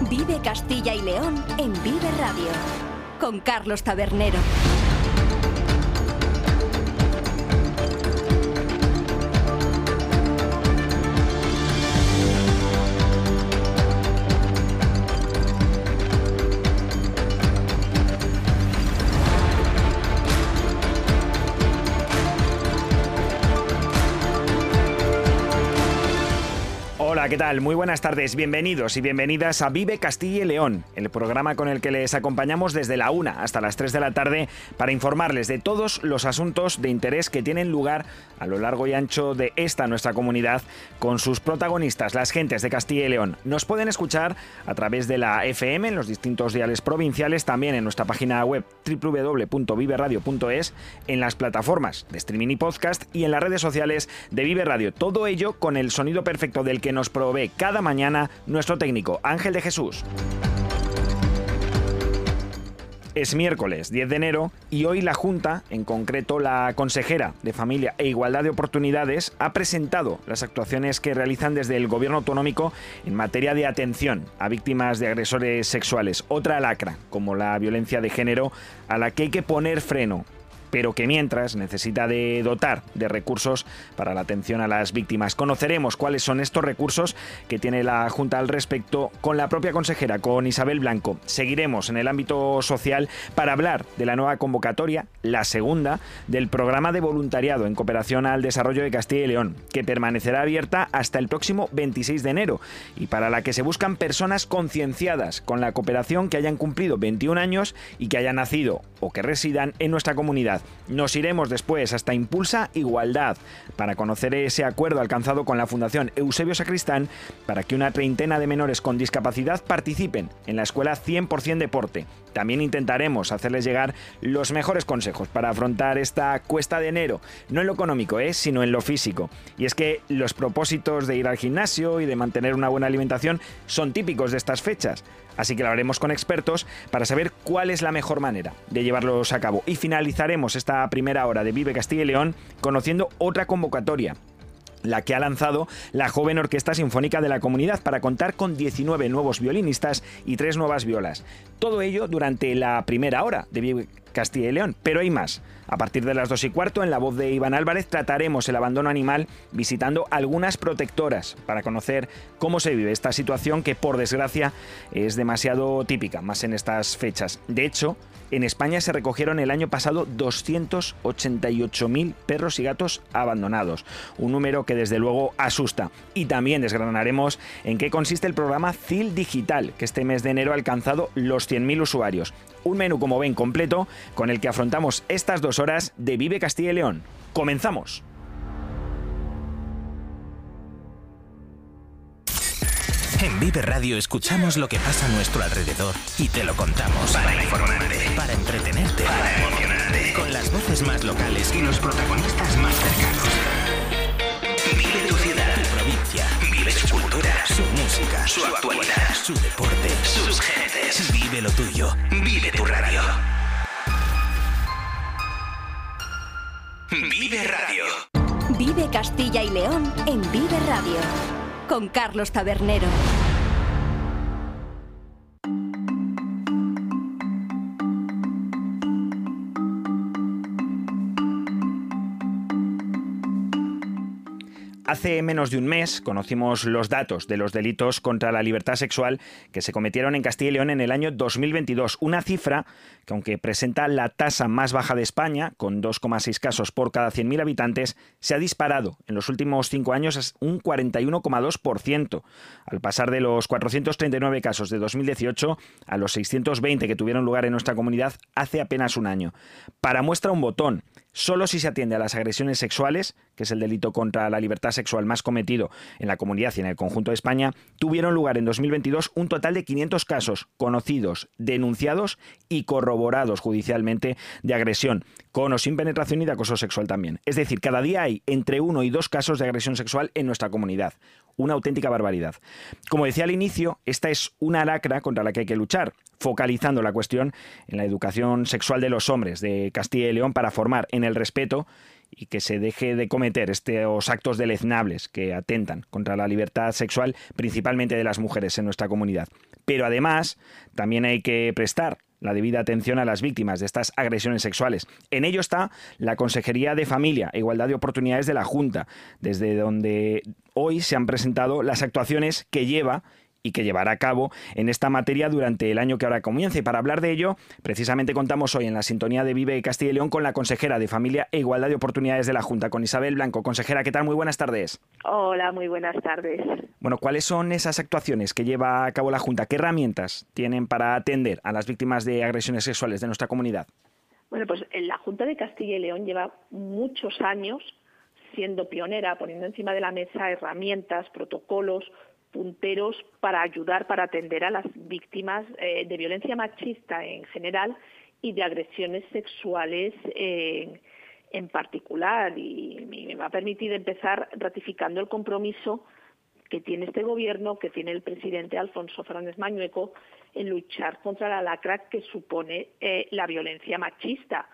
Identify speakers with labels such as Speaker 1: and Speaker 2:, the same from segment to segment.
Speaker 1: Vive Castilla y León en Vive Radio, con Carlos Tabernero.
Speaker 2: Hola, ¿qué tal? Muy buenas tardes, bienvenidos y bienvenidas a Vive Castilla y León, el programa con el que les acompañamos desde la 1 hasta las 3 de la tarde para informarles de todos los asuntos de interés que tienen lugar a lo largo y ancho de esta nuestra comunidad con sus protagonistas, las gentes de Castilla y León. Nos pueden escuchar a través de la FM en los distintos diales provinciales, también en nuestra página web www.viveradio.es, en las plataformas de streaming y podcast y en las redes sociales de Vive Radio. Todo ello con el sonido perfecto del que nos provee cada mañana nuestro técnico Ángel de Jesús. Es miércoles 10 de enero y hoy la Junta, en concreto la consejera de Familia e Igualdad de Oportunidades, ha presentado las actuaciones que realizan desde el Gobierno autonómico en materia de atención a víctimas de agresores sexuales. Otra lacra, como la violencia de género, a la que hay que poner freno, pero que mientras necesita de dotar de recursos para la atención a las víctimas. Conoceremos cuáles son estos recursos que tiene la Junta al respecto con la propia consejera, con Isabel Blanco. Seguiremos en el ámbito social para hablar de la nueva convocatoria, la segunda, del programa de voluntariado en cooperación al desarrollo de Castilla y León, que permanecerá abierta hasta el próximo 26 de enero y para la que se buscan personas concienciadas con la cooperación que hayan cumplido 21 años y que hayan nacido o que residan en nuestra comunidad. Nos iremos después hasta Impulsa Igualdad para conocer ese acuerdo alcanzado con la Fundación Eusebio Sacristán para que una treintena de menores con discapacidad participen en la escuela 100% deporte. También intentaremos hacerles llegar los mejores consejos para afrontar esta cuesta de enero, no en lo económico, sino en lo físico. Y es que los propósitos de ir al gimnasio y de mantener una buena alimentación son típicos de estas fechas. Así que lo haremos con expertos para saber cuál es la mejor manera de llevarlos a cabo. Y finalizaremos esta primera hora de Vive Castilla y León conociendo otra convocatoria, la que ha lanzado la Joven Orquesta Sinfónica de la Comunidad para contar con 19 nuevos violinistas y 3 nuevas violas. Todo ello durante la primera hora de Vive Castilla y León, pero hay más. A partir de las 2:15, en la voz de Iván Álvarez, trataremos el abandono animal visitando algunas protectoras para conocer cómo se vive esta situación que, por desgracia, es demasiado típica, más en estas fechas. De hecho, en España se recogieron el año pasado 288.000 perros y gatos abandonados, un número que desde luego asusta. Y también desgranaremos en qué consiste el programa CIL Digital, que este mes de enero ha alcanzado los 100.000 usuarios. Un menú, como ven, completo, con el que afrontamos estas 2 horas de Vive Castilla y León. ¡Comenzamos!
Speaker 3: En Vive Radio escuchamos lo que pasa a nuestro alrededor y te lo contamos. Para informarte, para entretenerte, para emocionarte, con las voces más locales y los protagonistas más cercanos. Vive tu ciudad, tu provincia, vive su cultura, su música, su actualidad, su deporte, sus gentes. Vive lo tuyo, vive tu radio. Vive Radio.
Speaker 1: Vive Castilla y León en Vive Radio, con Carlos Tabernero.
Speaker 2: Hace menos de un mes conocimos los datos de los delitos contra la libertad sexual que se cometieron en Castilla y León en el año 2022. Una cifra que, aunque presenta la tasa más baja de España, con 2,6 casos por cada 100.000 habitantes, se ha disparado en los últimos 5 años a un 41,2%, al pasar de los 439 casos de 2018 a los 620 que tuvieron lugar en nuestra comunidad hace apenas un año. Para muestra un botón, solo si se atiende a las agresiones sexuales, que es el delito contra la libertad sexual más cometido en la comunidad y en el conjunto de España, tuvieron lugar en 2022 un total de 500 casos conocidos, denunciados y corroborados judicialmente de agresión, con o sin penetración y de acoso sexual también. Es decir, cada día hay entre 1 y 2 casos de agresión sexual en nuestra comunidad. Una auténtica barbaridad. Como decía al inicio, esta es una lacra contra la que hay que luchar, focalizando la cuestión en la educación sexual de los hombres de Castilla y León para formar en el respeto y que se deje de cometer estos actos deleznables que atentan contra la libertad sexual, principalmente de las mujeres en nuestra comunidad. pero además también hay que prestar la debida atención a las víctimas de estas agresiones sexuales. En ello está la Consejería de Familia e Igualdad de Oportunidades de la Junta, desde donde hoy se han presentado las actuaciones que lleva y que llevará a cabo en esta materia durante el año que ahora comienza. Y para hablar de ello, precisamente contamos hoy en la sintonía de Vive Castilla y León con la consejera de Familia e Igualdad de Oportunidades de la Junta, con Isabel Blanco. Consejera, ¿qué tal? Muy buenas tardes.
Speaker 4: Hola, muy buenas tardes.
Speaker 2: Bueno, ¿cuáles son esas actuaciones que lleva a cabo la Junta? ¿Qué herramientas tienen para atender a las víctimas de agresiones sexuales de nuestra comunidad?
Speaker 4: Bueno, pues la Junta de Castilla y León lleva muchos años siendo pionera, poniendo encima de la mesa herramientas, protocolos, punteros para ayudar, para atender a las víctimas de violencia machista en general y de agresiones sexuales en particular. Y me va a permitir empezar ratificando el compromiso que tiene este Gobierno, que tiene el presidente Alfonso Fernández Mañueco, en luchar contra la lacra que supone la violencia machista.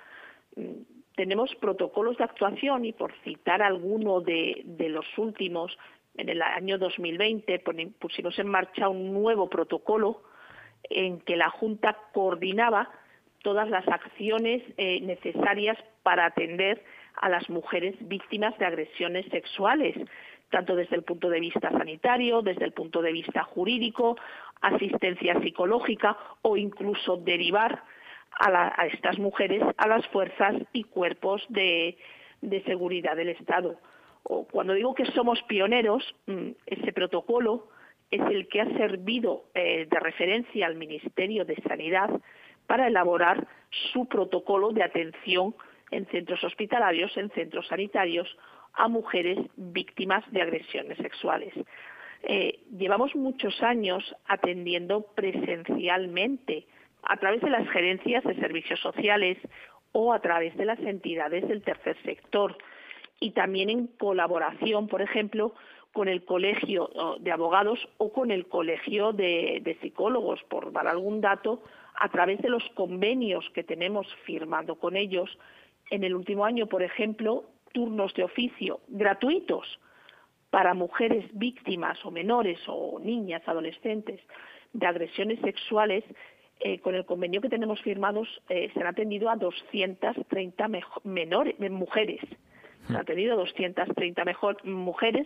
Speaker 4: Tenemos protocolos de actuación y, por citar alguno de los últimos, en el año 2020 pusimos en marcha un nuevo protocolo en que la Junta coordinaba todas las acciones necesarias para atender a las mujeres víctimas de agresiones sexuales, tanto desde el punto de vista sanitario, desde el punto de vista jurídico, asistencia psicológica o incluso derivar a estas mujeres a las fuerzas y cuerpos de seguridad del Estado. O cuando digo que somos pioneros, ese protocolo es el que ha servido de referencia al Ministerio de Sanidad para elaborar su protocolo de atención en centros hospitalarios, en centros sanitarios, a mujeres víctimas de agresiones sexuales. Llevamos muchos años atendiendo presencialmente a través de las gerencias de servicios sociales o a través de las entidades del tercer sector, y también en colaboración, por ejemplo, con el Colegio de Abogados o con el Colegio de Psicólogos, por dar algún dato, a través de los convenios que tenemos firmado con ellos. En el último año, por ejemplo, turnos de oficio gratuitos para mujeres víctimas o menores o niñas, adolescentes de agresiones sexuales. Con el convenio que tenemos firmados se han atendido a 230 mujeres. Se han atendido 230 mujeres,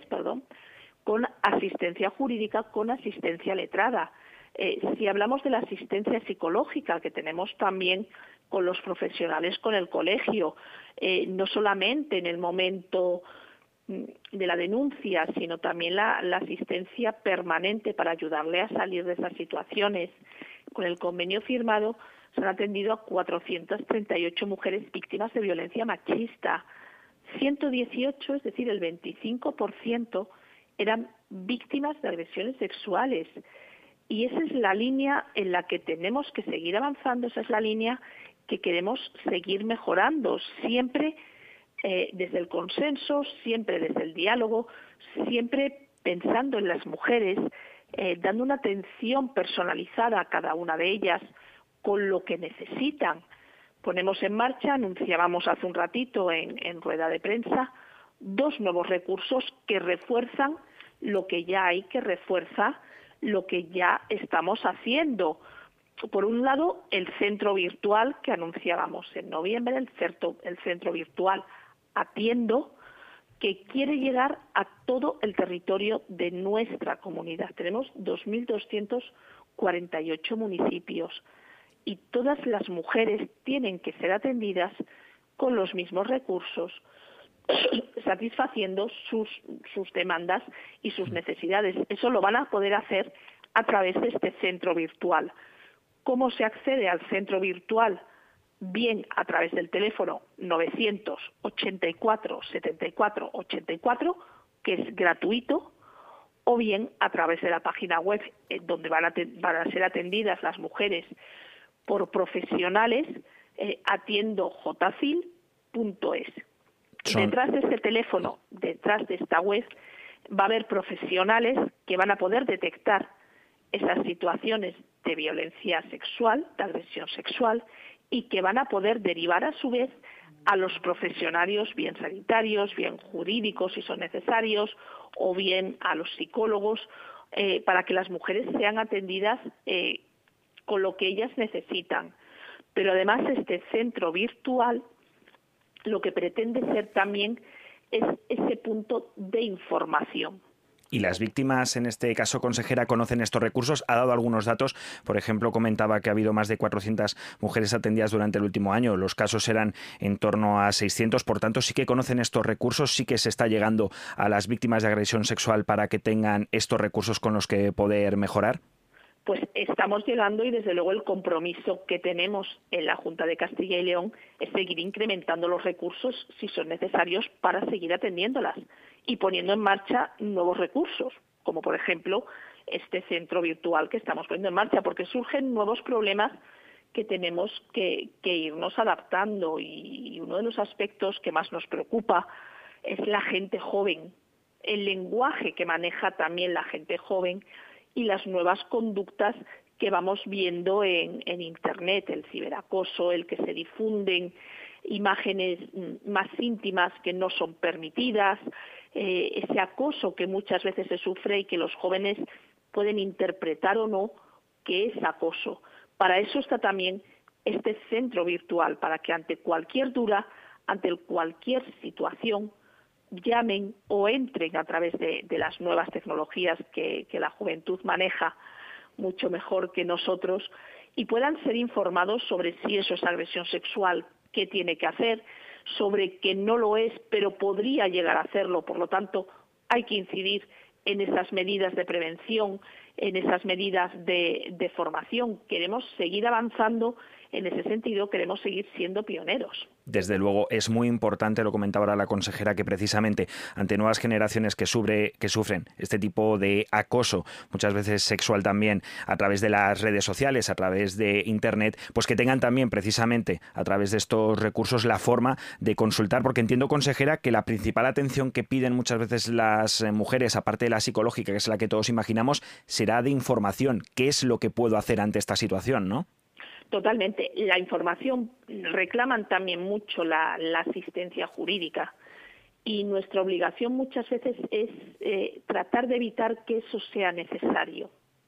Speaker 4: con asistencia jurídica, con asistencia letrada. Si hablamos de la asistencia psicológica que tenemos también con los profesionales, con el colegio, no solamente en el momento de la denuncia, sino también la asistencia permanente para ayudarle a salir de esas situaciones. Con el convenio firmado se han atendido a 438 mujeres víctimas de violencia machista. 118, es decir, el 25%, eran víctimas de agresiones sexuales. Y esa es la línea en la que tenemos que seguir avanzando, esa es la línea que queremos seguir mejorando, siempre desde el consenso, siempre desde el diálogo, siempre pensando en las mujeres, dando una atención personalizada a cada una de ellas con lo que necesitan. Ponemos en marcha, anunciábamos hace un ratito en rueda de prensa, 2 nuevos recursos que refuerzan lo que ya hay, que refuerza lo que ya estamos haciendo. Por un lado, el centro virtual que anunciábamos en noviembre, el centro virtual Atiendo, que quiere llegar a todo el territorio de nuestra comunidad. Tenemos 2.248 municipios y todas las mujeres tienen que ser atendidas con los mismos recursos, satisfaciendo sus demandas y sus necesidades. Eso lo van a poder hacer a través de este centro virtual. ¿Cómo se accede al centro virtual? Bien a través del teléfono 984 74 84, que es gratuito, o bien a través de la página web donde van a ser atendidas las mujeres por profesionales, atiendojcil.es. Detrás de este teléfono, detrás de esta web, va a haber profesionales que van a poder detectar esas situaciones de violencia sexual, de agresión sexual, y que van a poder derivar a su vez a los profesionales, bien sanitarios, bien jurídicos si son necesarios, o bien a los psicólogos, para que las mujeres sean atendidas con lo que ellas necesitan. Pero además este centro virtual lo que pretende ser también es ese punto de información.
Speaker 2: ¿Y las víctimas, en este caso, consejera, conocen estos recursos? Ha dado algunos datos. Por ejemplo, comentaba que ha habido más de 400 mujeres atendidas durante el último año. Los casos eran en torno a 600. Por tanto, sí que conocen estos recursos, sí que se está llegando a las víctimas de agresión sexual para que tengan estos recursos con los que poder mejorar.
Speaker 4: Pues estamos llegando y desde luego el compromiso que tenemos en la Junta de Castilla y León es seguir incrementando los recursos si son necesarios para seguir atendiéndolas y poniendo en marcha nuevos recursos, como por ejemplo este centro virtual que estamos poniendo en marcha, porque surgen nuevos problemas que tenemos que irnos adaptando y uno de los aspectos que más nos preocupa es la gente joven, el lenguaje que maneja también la gente joven y las nuevas conductas que vamos viendo en Internet, el ciberacoso, el que se difunden imágenes más íntimas que no son permitidas, ese acoso que muchas veces se sufre y que los jóvenes pueden interpretar o no que es acoso. Para eso está también este centro virtual, para que ante cualquier duda, ante cualquier situación, llamen o entren a través de las nuevas tecnologías que la juventud maneja mucho mejor que nosotros y puedan ser informados sobre si eso es agresión sexual, qué tiene que hacer, sobre que no lo es, pero podría llegar a hacerlo. Por lo tanto, hay que incidir en esas medidas de prevención, en esas medidas de formación. Queremos seguir avanzando en ese sentido, queremos seguir siendo pioneros.
Speaker 2: Desde luego es muy importante, lo comentaba ahora la consejera, que precisamente ante nuevas generaciones que sufren este tipo de acoso, muchas veces sexual también, a través de las redes sociales, a través de Internet, pues que tengan también precisamente a través de estos recursos la forma de consultar, porque entiendo, consejera, que la principal atención que piden muchas veces las mujeres, aparte de la psicológica, que es la que todos imaginamos, será de información. ¿Qué es lo que puedo hacer ante esta situación, no?
Speaker 4: Totalmente. La información, reclaman también mucho la asistencia jurídica y nuestra obligación muchas veces es tratar de evitar que eso sea necesario.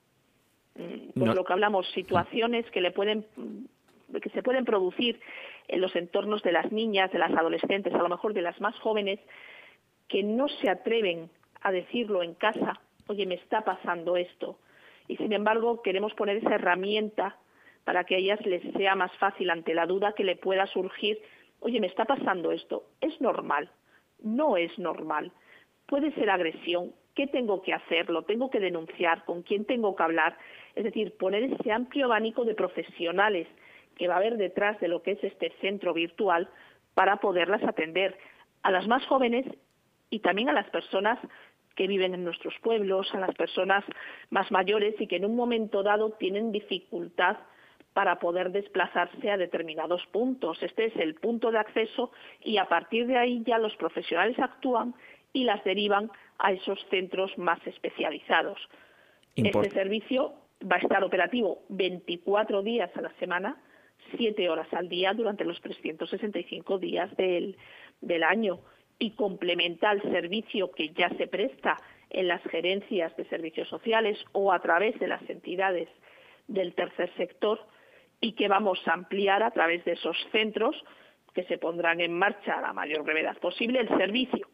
Speaker 4: Por lo que hablamos, situaciones que se pueden producir en los entornos de las niñas, de las adolescentes, a lo mejor de las más jóvenes, que no se atreven a decirlo en casa, oye, me está pasando esto. Y sin embargo, queremos poner esa herramienta para que a ellas les sea más fácil ante la duda que le pueda surgir, oye, me está pasando esto, ¿es normal? No es normal. Puede ser agresión, ¿qué tengo que hacer? ¿Lo tengo que denunciar? ¿Con quién tengo que hablar? Es decir, poner ese amplio abanico de profesionales que va a haber detrás de lo que es este centro virtual para poderlas atender a las más jóvenes y también a las personas que viven en nuestros pueblos, a las personas más mayores y que en un momento dado tienen dificultad para poder desplazarse a determinados puntos. Este es el punto de acceso y a partir de ahí ya los profesionales actúan y las derivan a esos centros más especializados. Este servicio va a estar operativo 24 días a la semana, 7 horas al día durante los 365 días del año y complementa el servicio que ya se presta en las gerencias de servicios sociales o a través de las entidades del tercer sector y que vamos a ampliar a través de esos centros que se pondrán en marcha a la mayor brevedad posible. El servicio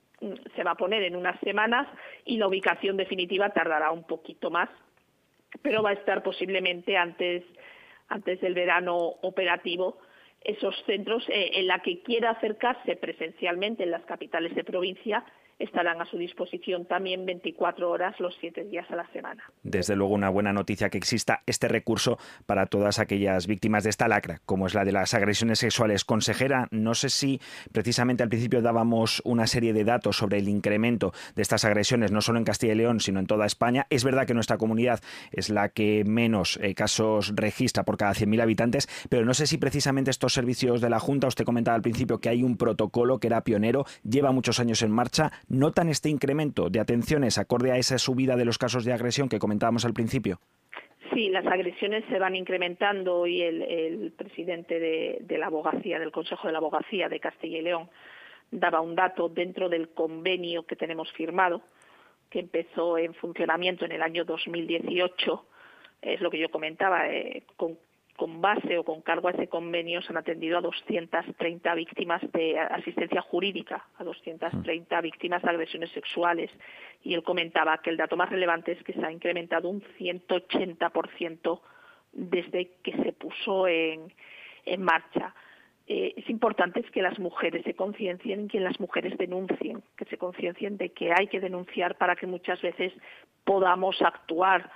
Speaker 4: se va a poner en unas semanas y la ubicación definitiva tardará un poquito más, pero va a estar posiblemente antes del verano operativo esos centros. En la que quiera acercarse presencialmente en las capitales de provincia estarán a su disposición también 24 horas los 7 días a la semana.
Speaker 2: Desde luego una buena noticia que exista este recurso para todas aquellas víctimas de esta lacra, como es la de las agresiones sexuales. Consejera, no sé si precisamente al principio dábamos una serie de datos sobre el incremento de estas agresiones, no solo en Castilla y León, sino en toda España. Es verdad que nuestra comunidad es la que menos casos registra por cada 100.000 habitantes, pero no sé si precisamente estos servicios de la Junta, usted comentaba al principio que hay un protocolo que era pionero, lleva muchos años en marcha. ¿Notan este incremento de atenciones acorde a esa subida de los casos de agresión que comentábamos al principio?
Speaker 4: Sí, las agresiones se van incrementando y el presidente de la abogacía, del Consejo de la Abogacía de Castilla y León, daba un dato dentro del convenio que tenemos firmado que empezó en funcionamiento en el año 2018, es lo que yo comentaba, con base o con cargo a ese convenio se han atendido a 230 víctimas de asistencia jurídica, a 230 víctimas de agresiones sexuales. Y él comentaba que el dato más relevante es que se ha incrementado un 180% desde que se puso en marcha. Es importante que las mujeres se conciencien, que las mujeres denuncien, que se conciencien de que hay que denunciar para que muchas veces podamos actuar.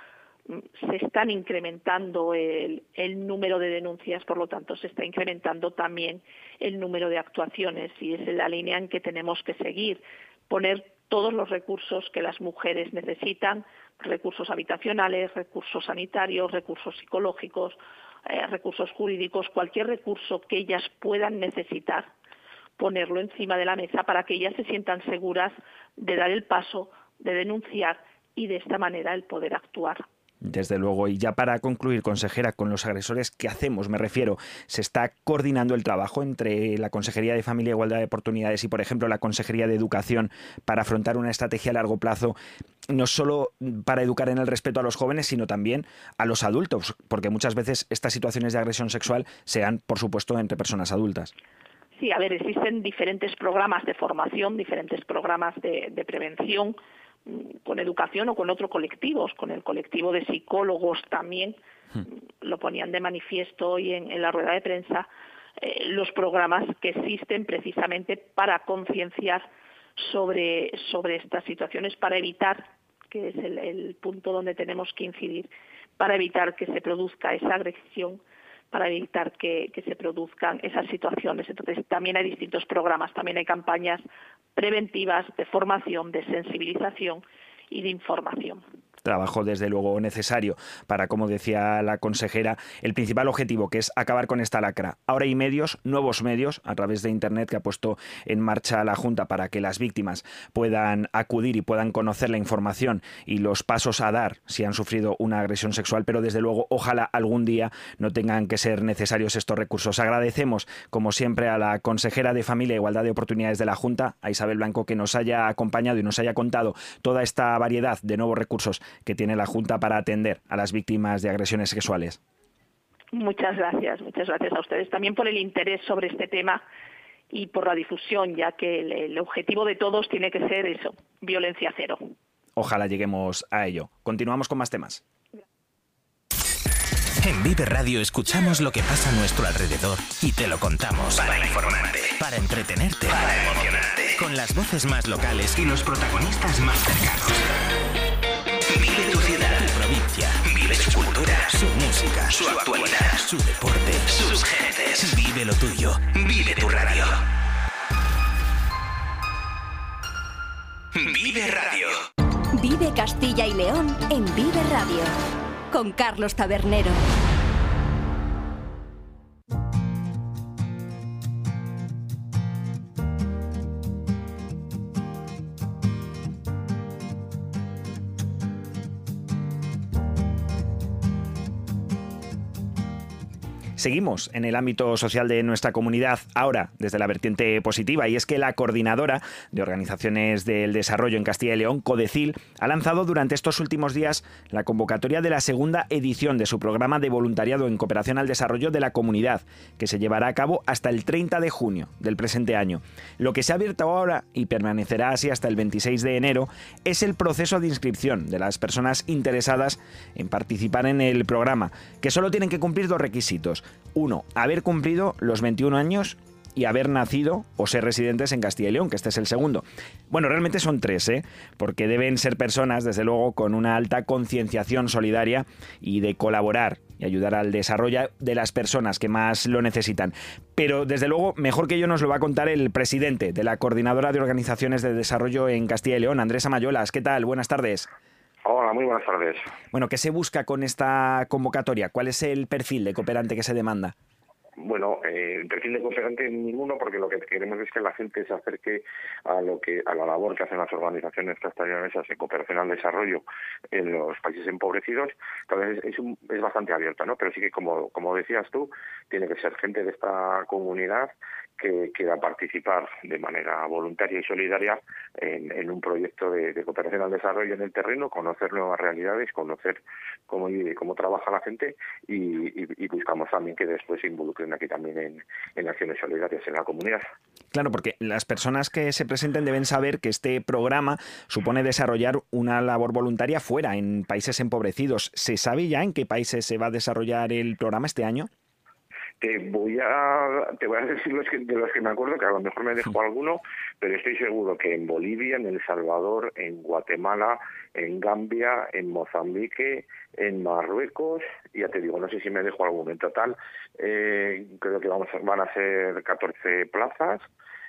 Speaker 4: Se están incrementando el número de denuncias, por lo tanto se está incrementando también el número de actuaciones y es la línea en que tenemos que seguir, poner todos los recursos que las mujeres necesitan, recursos habitacionales, recursos sanitarios, recursos psicológicos, recursos jurídicos, cualquier recurso que ellas puedan necesitar, ponerlo encima de la mesa para que ellas se sientan seguras de dar el paso, de denunciar y de esta manera el poder actuar.
Speaker 2: Desde luego, y ya para concluir, consejera, con los agresores, ¿qué hacemos? Me refiero, ¿se está coordinando el trabajo entre la Consejería de Familia e Igualdad de Oportunidades y, por ejemplo, la Consejería de Educación para afrontar una estrategia a largo plazo, no solo para educar en el respeto a los jóvenes, sino también a los adultos? Porque muchas veces estas situaciones de agresión sexual se dan, por supuesto, entre personas adultas.
Speaker 4: Sí, a ver, existen diferentes programas de formación, diferentes programas de prevención, con educación o con otros colectivos, con el colectivo de psicólogos también, lo ponían de manifiesto hoy en la rueda de prensa, los programas que existen precisamente para concienciar sobre estas situaciones, para evitar, que es el punto donde tenemos que incidir, para evitar que se produzca esa agresión, para evitar que se produzcan esas situaciones. Entonces, también hay distintos programas, también hay campañas preventivas de formación, de sensibilización y de información.
Speaker 2: Trabajo, desde luego, necesario para, como decía la consejera, el principal objetivo, que es acabar con esta lacra. Ahora hay nuevos medios, a través de Internet, que ha puesto en marcha la Junta para que las víctimas puedan acudir y puedan conocer la información y los pasos a dar si han sufrido una agresión sexual, pero desde luego, ojalá algún día no tengan que ser necesarios estos recursos. Agradecemos, como siempre, a la consejera de Familia e Igualdad de Oportunidades de la Junta, a Isabel Blanco, que nos haya acompañado y nos haya contado toda esta variedad de nuevos recursos que tiene la Junta para atender a las víctimas de agresiones sexuales.
Speaker 4: Muchas gracias a ustedes también por el interés sobre este tema y por la difusión, ya que el objetivo de todos tiene que ser eso, violencia cero.
Speaker 2: Ojalá lleguemos a ello. Continuamos con más temas.
Speaker 3: En Vive Radio escuchamos lo que pasa a nuestro alrededor y te lo contamos. Para informarte, para entretenerte, para emocionarte. Con las voces más locales y los protagonistas más cercanos. Vive tu ciudad, tu provincia. Vive su cultura, su música, su actualidad, su deporte, sus gentes. Vive lo tuyo. Vive tu radio. Vive Radio.
Speaker 1: Vive Castilla y León en Vive Radio. Con Carlos Tabernero.
Speaker 2: Seguimos en el ámbito social de nuestra comunidad, ahora desde la vertiente positiva, y es que la Coordinadora de Organizaciones del Desarrollo en Castilla y León, CODECIL, ha lanzado durante estos últimos días la convocatoria de la segunda edición de su programa de voluntariado en cooperación al desarrollo de la comunidad, que se llevará a cabo hasta el 30 de junio del presente año. Lo que se ha abierto ahora, y permanecerá así hasta el 26 de enero, es el proceso de inscripción de las personas interesadas en participar en el programa, que solo tienen que cumplir dos requisitos. 1. Haber cumplido los 21 años y haber nacido o ser residentes en Castilla y León, que este es el segundo. Bueno, realmente son 3, porque deben ser personas, desde luego, con una alta concienciación solidaria y de colaborar y ayudar al desarrollo de las personas que más lo necesitan. Pero, desde luego, mejor que yo nos lo va a contar el presidente de la Coordinadora de Organizaciones de Desarrollo en Castilla y León, Andrés Amayolas. ¿Qué tal? Buenas tardes.
Speaker 5: Hola, muy buenas tardes.
Speaker 2: Bueno, ¿qué se busca con esta convocatoria? ¿Cuál es el perfil de cooperante que se demanda?
Speaker 5: Bueno, el perfil de cooperante ninguno, porque lo que queremos es que la gente se acerque a la labor que hacen las organizaciones castellanesas de cooperación al desarrollo en los países empobrecidos. Entonces es bastante abierto, ¿no? Pero sí que, como decías tú, tiene que ser gente de esta comunidad que quiera participar de manera voluntaria y solidaria en un proyecto de cooperación al desarrollo en el terreno, conocer nuevas realidades, conocer cómo vive y cómo trabaja la gente y buscamos también que después se involucren aquí también en acciones solidarias en la comunidad.
Speaker 2: Claro, porque las personas que se presenten deben saber que este programa supone desarrollar una labor voluntaria fuera, en países empobrecidos. ¿Se sabe ya en qué países se va a desarrollar el programa este año?
Speaker 5: Te voy a decir de los que me acuerdo, que a lo mejor me dejo alguno, pero estoy seguro que en Bolivia, en El Salvador, en Guatemala, en Gambia, en Mozambique, en Marruecos, ya te digo, no sé si me dejo alguno. En total, creo que van a ser 14 plazas,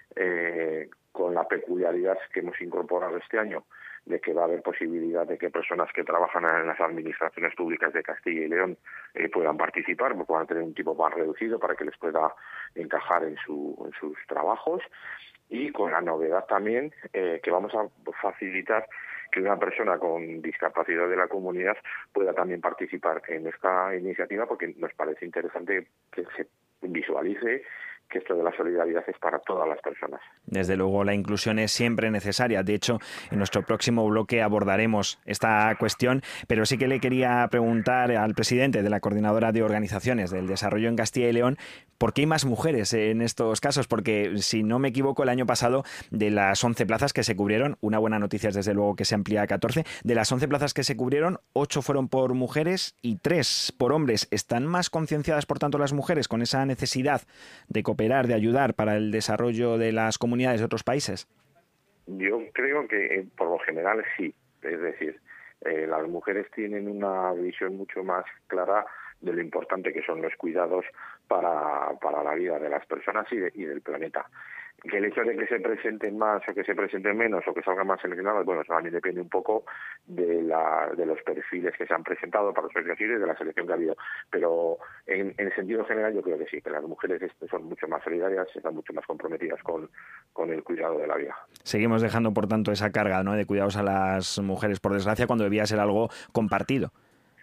Speaker 5: con la peculiaridad que hemos incorporado este año, de que va a haber posibilidad de que personas que trabajan en las administraciones públicas de Castilla y León puedan participar, puedan tener un tipo más reducido para que les pueda encajar en sus trabajos, y con la novedad también que vamos a facilitar que una persona con discapacidad de la comunidad pueda también participar en esta iniciativa, porque nos parece interesante que se visualice que esto de la solidaridad es para todas las personas.
Speaker 2: Desde luego, la inclusión es siempre necesaria. De hecho, en nuestro próximo bloque abordaremos esta cuestión, pero sí que le quería preguntar al presidente de la Coordinadora de Organizaciones del Desarrollo en Castilla y León, ¿por qué hay más mujeres en estos casos? Porque, si no me equivoco, el año pasado, de las 11 plazas que se cubrieron, una buena noticia es desde luego que se amplía a 14, de las 11 plazas que se cubrieron, 8 fueron por mujeres y 3 por hombres. ¿Están más concienciadas, por tanto, las mujeres con esa necesidad de cooperar, de ayudar para el desarrollo de las comunidades de otros países?
Speaker 5: Yo creo que por lo general sí, es decir, las mujeres tienen una visión mucho más clara de lo importante que son los cuidados para la vida de las personas y del planeta. Que el hecho de que se presenten más o que se presenten menos o que salgan más seleccionados, bueno, eso también depende un poco de los perfiles que se han presentado para los perfiles y de la selección que ha habido. Pero en el sentido general yo creo que sí, que las mujeres son mucho más solidarias, están mucho más comprometidas con el cuidado de la vida.
Speaker 2: Seguimos dejando, por tanto, esa carga, ¿no?, de cuidados a las mujeres, por desgracia, cuando debía ser algo compartido.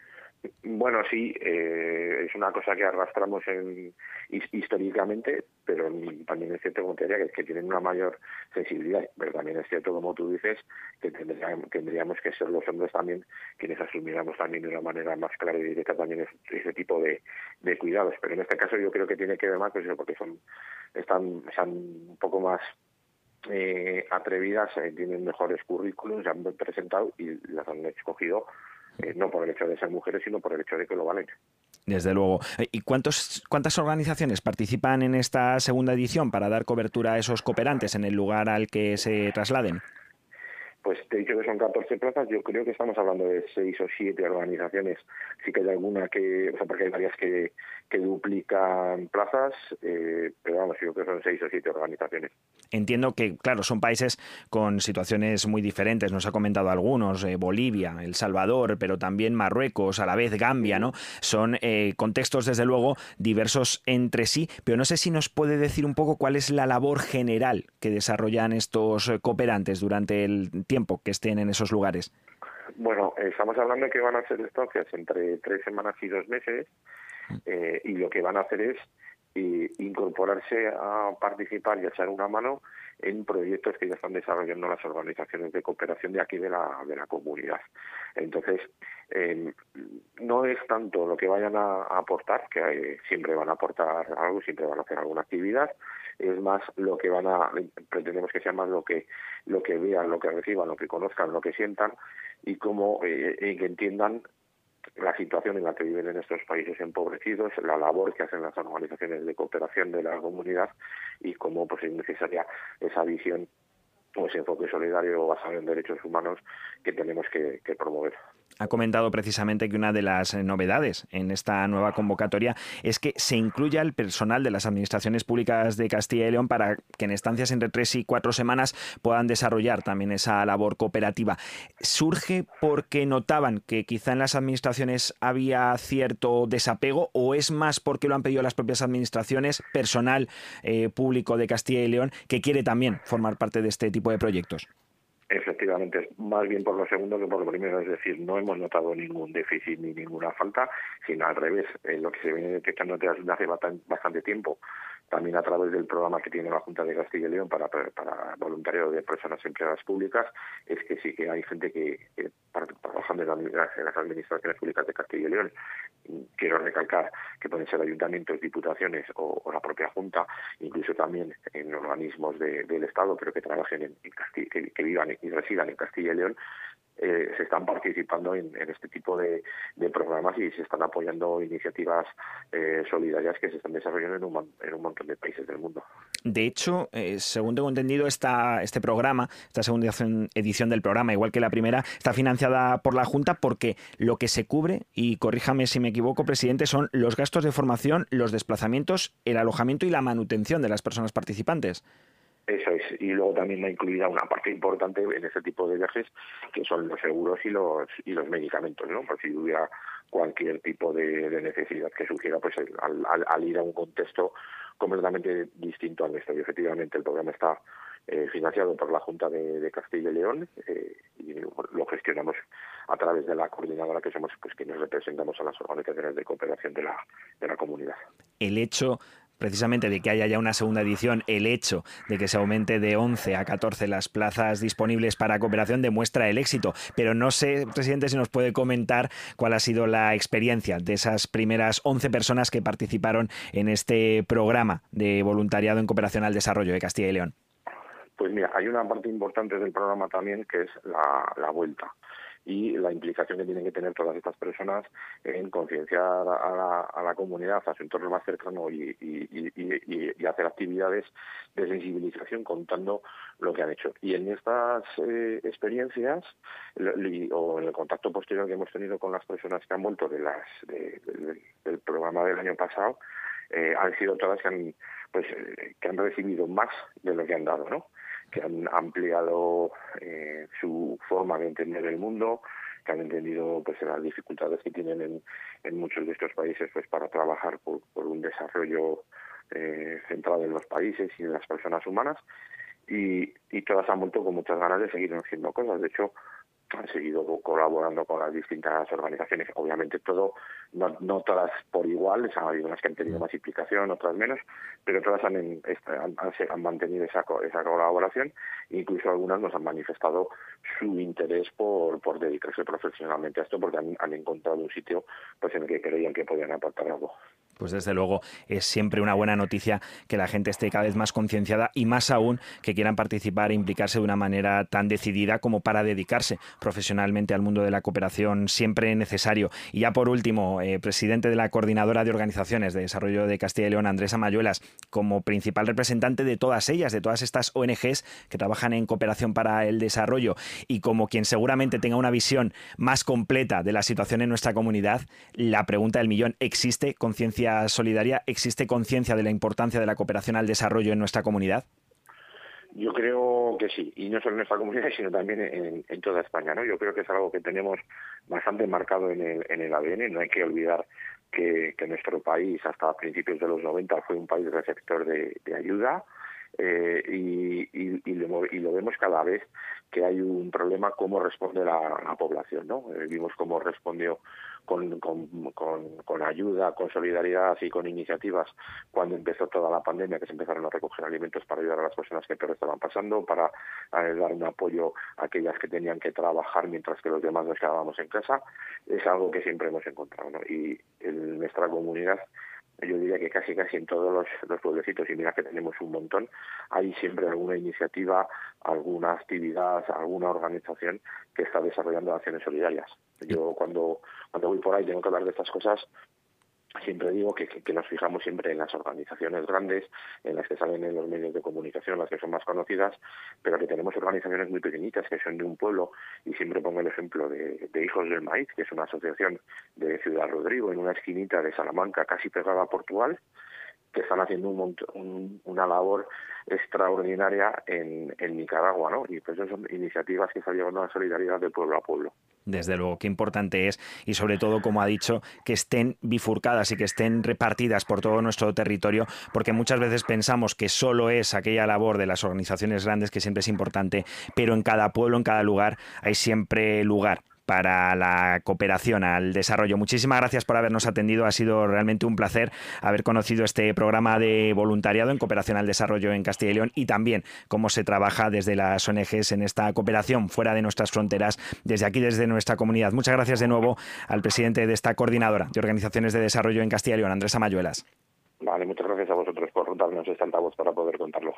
Speaker 5: Bueno, sí, es una cosa que arrastramos históricamente, pero también es cierto, como te diría, que tienen una mayor sensibilidad. Pero también es cierto, como tú dices, que tendríamos que ser los hombres también quienes asumiéramos también de una manera más clara y directa también ese tipo de cuidados. Pero en este caso yo creo que tiene que ver más, pues eso, porque están un poco más atrevidas, tienen mejores currículums, se han presentado y las han escogido. No por el hecho de ser mujeres, sino por el hecho de que lo valen.
Speaker 2: Desde luego. ¿Y cuántas organizaciones participan en esta segunda edición para dar cobertura a esos cooperantes en el lugar al que se trasladen?
Speaker 5: Pues te he dicho que son 14 plazas, yo creo que estamos hablando de 6 o 7 organizaciones. Sí que hay alguna porque hay varias que duplican plazas, pero vamos, yo creo que son 6 o 7 organizaciones.
Speaker 2: Entiendo que, claro, son países con situaciones muy diferentes, nos ha comentado algunos, Bolivia, El Salvador, pero también Marruecos, a la vez Gambia, ¿no? Son contextos, desde luego, diversos entre sí, pero no sé si nos puede decir un poco cuál es la labor general que desarrollan estos cooperantes durante el tiempo que estén en esos lugares.
Speaker 5: Bueno, estamos hablando de que van a ser estancias entre 3 semanas y 2 meses, y lo que van a hacer es incorporarse a participar y a echar una mano en proyectos que ya están desarrollando las organizaciones de cooperación de aquí de la comunidad. Entonces, no es tanto lo que vayan a aportar, que siempre van a aportar algo, siempre van a hacer alguna actividad, es más lo que pretendemos que sea más lo que vean, lo que reciban, lo que conozcan, lo que sientan y cómo que entiendan la situación en la que viven en estos países empobrecidos, la labor que hacen las organizaciones de cooperación de la comunidad y cómo pues es necesaria esa visión o ese enfoque solidario basado en derechos humanos que tenemos que promover.
Speaker 2: Ha comentado precisamente que una de las novedades en esta nueva convocatoria es que se incluya el personal de las administraciones públicas de Castilla y León para que en estancias entre 3 y 4 semanas puedan desarrollar también esa labor cooperativa. ¿Surge porque notaban que quizá en las administraciones había cierto desapego o es más porque lo han pedido las propias administraciones, personal público de Castilla y León, que quiere también formar parte de este tipo de proyectos?
Speaker 5: Efectivamente, es más bien por lo segundo que por lo primero, es decir, no hemos notado ningún déficit ni ninguna falta, sino al revés, lo que se viene detectando desde hace bastante tiempo, también a través del programa que tiene la Junta de Castilla y León para voluntariado de personas empleadas públicas, es que sí que hay gente que trabajando en las administraciones públicas de Castilla y León. Quiero recalcar que pueden ser ayuntamientos, diputaciones o la propia Junta, incluso también en organismos del Estado, pero que trabajen que vivan y residan en Castilla y León. Se están participando en este tipo de programas y se están apoyando iniciativas solidarias que se están desarrollando en un montón de países del mundo.
Speaker 2: De hecho, según tengo entendido, este programa, esta segunda edición del programa, igual que la primera, está financiada por la Junta porque lo que se cubre, y corríjame si me equivoco, presidente, son los gastos de formación, los desplazamientos, el alojamiento y la manutención de las personas participantes.
Speaker 5: Eso es, y luego también ha incluida una parte importante en este tipo de viajes, que son los seguros y los medicamentos, ¿no? Por si hubiera cualquier tipo de necesidad que surgiera, pues al ir a un contexto completamente distinto al nuestro. Y efectivamente el programa está financiado por la Junta de Castilla y León y lo gestionamos a través de la coordinadora que somos, pues quienes representamos a las organizaciones de cooperación de la comunidad.
Speaker 2: El hecho precisamente de que haya ya una segunda edición, el hecho de que se aumente de 11 a 14 las plazas disponibles para cooperación demuestra el éxito. Pero no sé, presidente, si nos puede comentar cuál ha sido la experiencia de esas primeras 11 personas que participaron en este programa de voluntariado en cooperación al desarrollo de Castilla y León.
Speaker 5: Pues mira, hay una parte importante del programa también que es la vuelta y la implicación que tienen que tener todas estas personas en concienciar a la comunidad, a su entorno más cercano y hacer actividades de sensibilización contando lo que han hecho. Y en estas experiencias o en el contacto posterior que hemos tenido con las personas que han vuelto del programa del año pasado, han sido todas que han recibido más de lo que han dado, ¿no? Que han ampliado su forma de entender el mundo, que han entendido pues las dificultades que tienen en muchos de estos países pues para trabajar por un desarrollo centrado en los países y en las personas humanas, y todas han vuelto con muchas ganas de seguir haciendo cosas. De hecho, han seguido colaborando con las distintas organizaciones, obviamente no todas por igual, hay unas que han tenido más implicación, otras menos, pero todas han mantenido esa colaboración, incluso algunas nos han manifestado su interés por dedicarse profesionalmente a esto, porque han encontrado un sitio pues en el que creían que podían aportar algo.
Speaker 2: Pues desde luego es siempre una buena noticia que la gente esté cada vez más concienciada y más aún que quieran participar e implicarse de una manera tan decidida como para dedicarse profesionalmente al mundo de la cooperación siempre necesario. Y ya por último, presidente de la Coordinadora de Organizaciones de Desarrollo de Castilla y León, Andrés Amayuelas, como principal representante de todas ellas, de todas estas ONGs que trabajan en cooperación para el desarrollo y como quien seguramente tenga una visión más completa de la situación en nuestra comunidad, la pregunta del millón: ¿existe conciencia solidaria? ¿Existe conciencia de la importancia de la cooperación al desarrollo en nuestra comunidad?
Speaker 5: Yo creo que sí, y no solo en nuestra comunidad, sino también en toda España, ¿no? Yo creo que es algo que tenemos bastante marcado en el ADN. No hay que olvidar que nuestro país, hasta principios de los 90, fue un país receptor de ayuda, y lo vemos cada vez que hay un problema, cómo responde la población, ¿no? Vimos cómo respondió con ayuda, con solidaridad y con iniciativas cuando empezó toda la pandemia, que se empezaron a recoger alimentos para ayudar a las personas que peor estaban pasando, para dar un apoyo a aquellas que tenían que trabajar mientras que los demás nos quedábamos en casa. Es algo que siempre hemos encontrado, ¿no? Y en nuestra comunidad, yo diría que casi en todos los pueblecitos, y mira que tenemos un montón, hay siempre alguna iniciativa, alguna actividad, alguna organización que está desarrollando acciones solidarias. Yo cuando voy por ahí tengo que hablar de estas cosas, siempre digo que nos fijamos siempre en las organizaciones grandes, en las que salen en los medios de comunicación, las que son más conocidas, pero que tenemos organizaciones muy pequeñitas que son de un pueblo, y siempre pongo el ejemplo de Hijos del Maíz, que es una asociación de Ciudad Rodrigo, en una esquinita de Salamanca, casi pegada a Portugal, que están haciendo una labor extraordinaria en Nicaragua, ¿no? Y pues son iniciativas que están llevando la solidaridad de pueblo a pueblo.
Speaker 2: Desde luego, qué importante es, y sobre todo, como ha dicho, que estén bifurcadas y que estén repartidas por todo nuestro territorio, porque muchas veces pensamos que solo es aquella labor de las organizaciones grandes, que siempre es importante, pero en cada pueblo, en cada lugar, hay siempre lugar para la cooperación al desarrollo. Muchísimas gracias por habernos atendido. Ha sido realmente un placer haber conocido este programa de voluntariado en cooperación al desarrollo en Castilla y León y también cómo se trabaja desde las ONGs en esta cooperación fuera de nuestras fronteras, desde aquí, desde nuestra comunidad. Muchas gracias de nuevo al presidente de esta coordinadora de organizaciones de desarrollo en Castilla y León, Andrés Amayuelas.
Speaker 5: Vale, muchas gracias a vosotros por darnos esta altavoz para poder contarlo.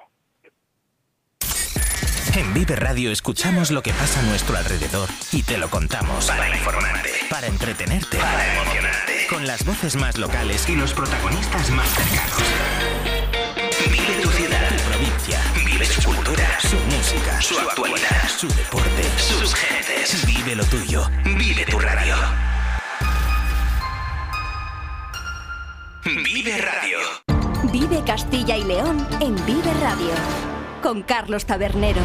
Speaker 3: En Vive Radio escuchamos lo que pasa a nuestro alrededor y te lo contamos. Para informarte, para entretenerte, para emocionarte. Con las voces más locales y los protagonistas más cercanos. Vive tu ciudad, tu provincia. Vive su cultura, su música, su actualidad, su deporte, sus gentes. Vive lo tuyo. Vive tu radio. Vive Radio.
Speaker 1: Vive Castilla y León en Vive Radio. Con Carlos Tabernero.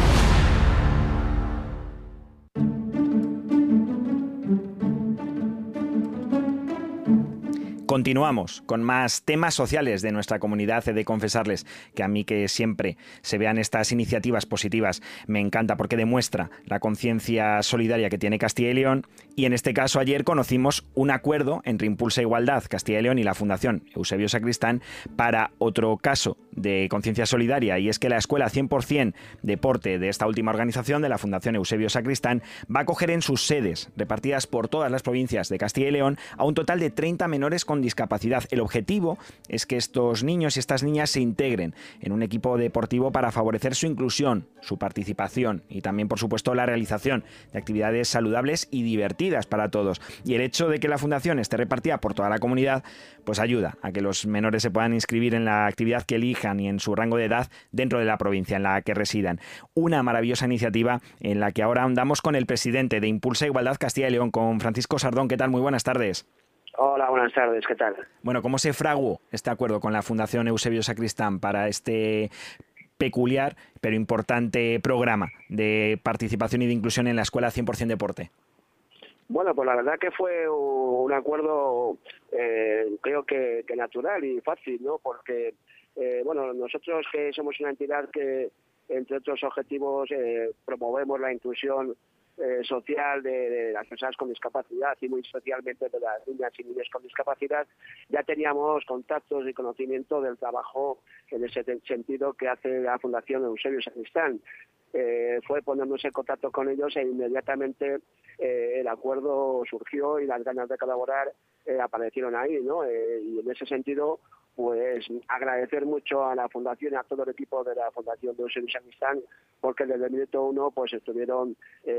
Speaker 2: Continuamos con más temas sociales de nuestra comunidad. He de confesarles que a mí que siempre se vean estas iniciativas positivas me encanta porque demuestra la conciencia solidaria que tiene Castilla y León y en este caso ayer conocimos un acuerdo entre Impulsa Igualdad Castilla y León y la Fundación Eusebio Sacristán para otro caso de conciencia solidaria y es que la Escuela 100% Deporte de esta última organización de la Fundación Eusebio Sacristán va a acoger en sus sedes repartidas por todas las provincias de Castilla y León a un total de 30 menores con discapacidad. El objetivo es que estos niños y estas niñas se integren en un equipo deportivo para favorecer su inclusión, su participación y también, por supuesto, la realización de actividades saludables y divertidas para todos. Y el hecho de que la fundación esté repartida por toda la comunidad, pues ayuda a que los menores se puedan inscribir en la actividad que elijan y en su rango de edad dentro de la provincia en la que residan. Una maravillosa iniciativa en la que ahora andamos con el presidente de Impulsa Igualdad Castilla y León, con Francisco Sardón. ¿Qué tal? Muy buenas tardes.
Speaker 6: Hola, buenas tardes, ¿qué tal?
Speaker 2: Bueno, ¿cómo se fraguó este acuerdo con la Fundación Eusebio Sacristán para este peculiar pero importante programa de participación y de inclusión en la Escuela 100% Deporte?
Speaker 6: Bueno, pues la verdad que fue un acuerdo creo que natural y fácil, ¿no? Porque, bueno, nosotros que somos una entidad que, entre otros objetivos, promovemos la inclusión social de las personas con discapacidad y muy especialmente de las niñas y niños con discapacidad, ya teníamos contactos y conocimiento del trabajo en ese sentido que hace la Fundación Eusebio Sacristán. Fue ponernos en contacto con ellos e inmediatamente el acuerdo surgió y las ganas de colaborar aparecieron ahí, ¿no? Y en ese sentido, pues agradecer mucho a la Fundación y a todo el equipo de la Fundación de Eusebio Sacristán, porque desde el minuto uno pues estuvieron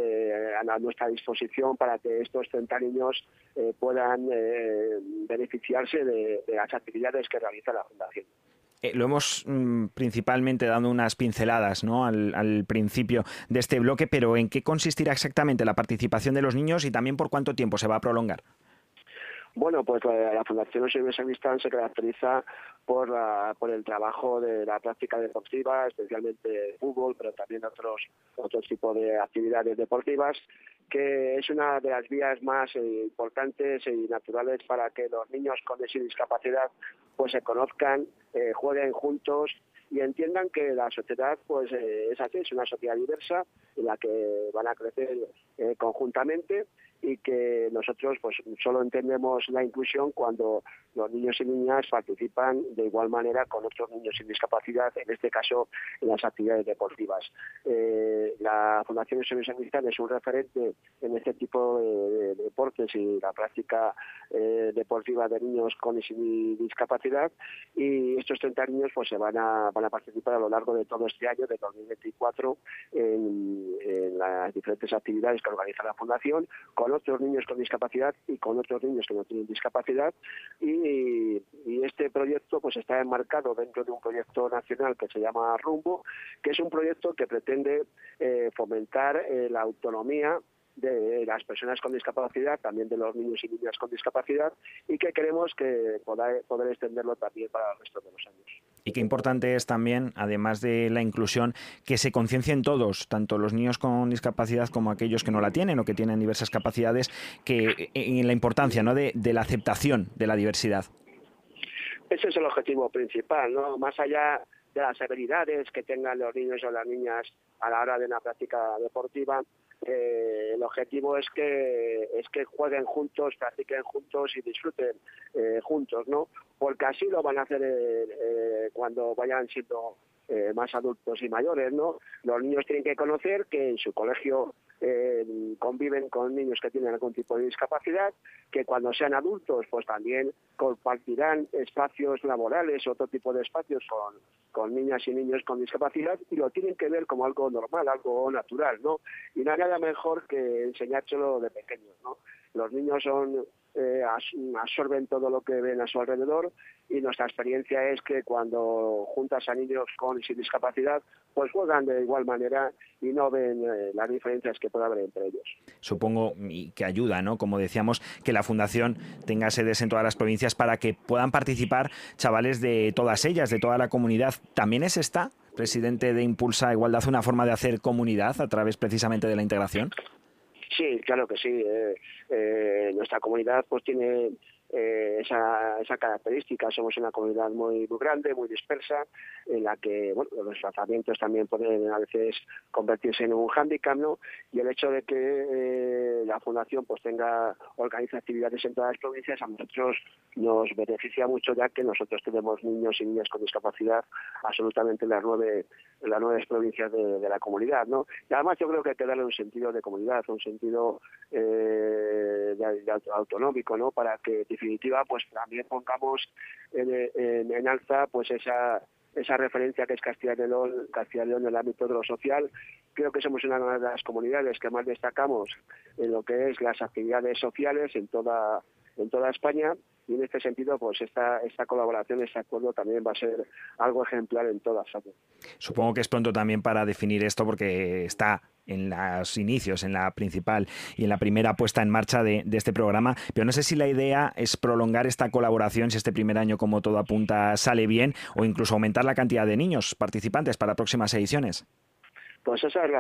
Speaker 6: a nuestra disposición para que estos 30 niños puedan beneficiarse de las actividades que realiza la Fundación.
Speaker 2: Lo hemos principalmente dado unas pinceladas, ¿no?, al principio de este bloque, pero ¿en qué consistirá exactamente la participación de los niños y también por cuánto tiempo se va a prolongar?
Speaker 6: Bueno, pues la Fundación Eusebio Sacristán se caracteriza por el trabajo de la práctica deportiva, especialmente fútbol, pero también otros tipos de actividades deportivas, que es una de las vías más importantes y naturales para que los niños con discapacidad pues se conozcan, jueguen juntos y entiendan que la sociedad pues es así, es una sociedad diversa en la que van a crecer conjuntamente y que nosotros pues solo entendemos la inclusión cuando los niños y niñas participan de igual manera con otros niños sin discapacidad, en este caso en las actividades deportivas. La Fundación Eusebio Sacristán es un referente en este tipo de deportes y la práctica deportiva de niños con y sin discapacidad, y estos 30 niños pues se van a participar a lo largo de todo este año, de 2024, en las diferentes actividades que organiza la Fundación, con otros niños con discapacidad y con otros niños que no tienen discapacidad, y este proyecto pues está enmarcado dentro de un proyecto nacional que se llama Rumbo, que es un proyecto que pretende fomentar la autonomía de las personas con discapacidad, también de los niños y niñas con discapacidad, y que queremos que poder extenderlo también para el resto de los años.
Speaker 2: Y qué importante es también, además de la inclusión, que se conciencien todos, tanto los niños con discapacidad como aquellos que no la tienen o que tienen diversas capacidades, que en la importancia, ¿no?, de la aceptación de la diversidad.
Speaker 6: Ese es el objetivo principal, ¿no? Más allá de las habilidades que tengan los niños o las niñas a la hora de una práctica deportiva, el objetivo es que jueguen juntos, practiquen juntos y disfruten juntos, ¿no? Porque así lo van a hacer cuando vayan siendo más adultos y mayores, ¿no? Los niños tienen que conocer que en su colegio conviven con niños que tienen algún tipo de discapacidad, que cuando sean adultos pues también compartirán espacios laborales, otro tipo de espacios con niñas y niños con discapacidad, y lo tienen que ver como algo normal, algo natural, ¿no? Y no hay nada mejor que enseñárselo de pequeños, ¿no? Los niños absorben todo lo que ven a su alrededor, y nuestra experiencia es que cuando juntas a niños con y sin discapacidad, pues juegan de igual manera y no ven las diferencias que puede haber entre ellos.
Speaker 2: Supongo y que ayuda, ¿no? Como decíamos, que la Fundación tenga sedes en todas las provincias para que puedan participar chavales de todas ellas, de toda la comunidad. ¿También es esta, presidente de Impulsa Igualdad, una forma de hacer comunidad a través precisamente de la integración?
Speaker 6: Sí, claro que sí. Nuestra comunidad pues tiene esa característica. Somos una comunidad muy grande, muy dispersa, en la que los desplazamientos también pueden a veces convertirse en un hándicap, ¿no? Y el hecho de que la Fundación pues organiza actividades en todas las provincias, a nosotros nos beneficia mucho, ya que nosotros tenemos niños y niñas con discapacidad absolutamente en las nueve provincias de la comunidad, ¿no? Y además yo creo que hay que darle un sentido de comunidad, un sentido autonómico, ¿no? Para que en definitiva pues también pongamos en alza pues esa referencia que es Castilla y León en el ámbito de lo social. Creo que somos una de las comunidades que más destacamos en lo que es las actividades sociales en toda España, y en este sentido pues esta colaboración, este acuerdo también va a ser algo ejemplar en toda España.
Speaker 2: Supongo que es pronto también para definir esto, porque está en los inicios, en la principal y en la primera puesta en marcha de este programa, pero no sé si la idea es prolongar esta colaboración, si este primer año, como todo apunta, sale bien, o incluso aumentar la cantidad de niños participantes para próximas ediciones.
Speaker 6: Pues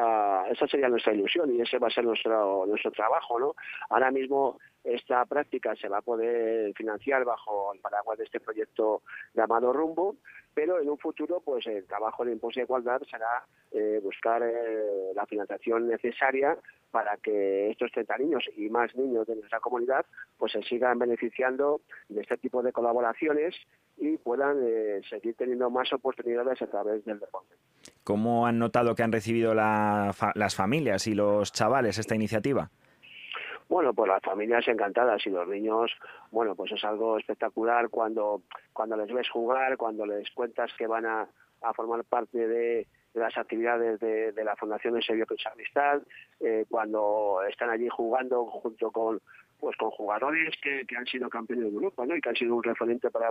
Speaker 6: esa sería nuestra ilusión, y ese va a ser nuestro trabajo, ¿no? Ahora mismo esta práctica se va a poder financiar bajo el paraguas de este proyecto llamado Rumbo, pero en un futuro pues el trabajo de Impulsa Igualdad será buscar la financiación necesaria para que estos 30 niños y más niños de nuestra comunidad pues se sigan beneficiando de este tipo de colaboraciones y puedan seguir teniendo más oportunidades a través del deporte.
Speaker 2: ¿Cómo han notado que han recibido las familias y los chavales esta iniciativa?
Speaker 6: Bueno, pues las familias encantadas, y los niños, bueno, pues es algo espectacular cuando les ves jugar, cuando les cuentas que van a formar parte de las actividades de la Fundación Eusebio Sacristán, cuando están allí jugando junto con jugadores que han sido campeones de Europa, ¿no? Y que han sido un referente para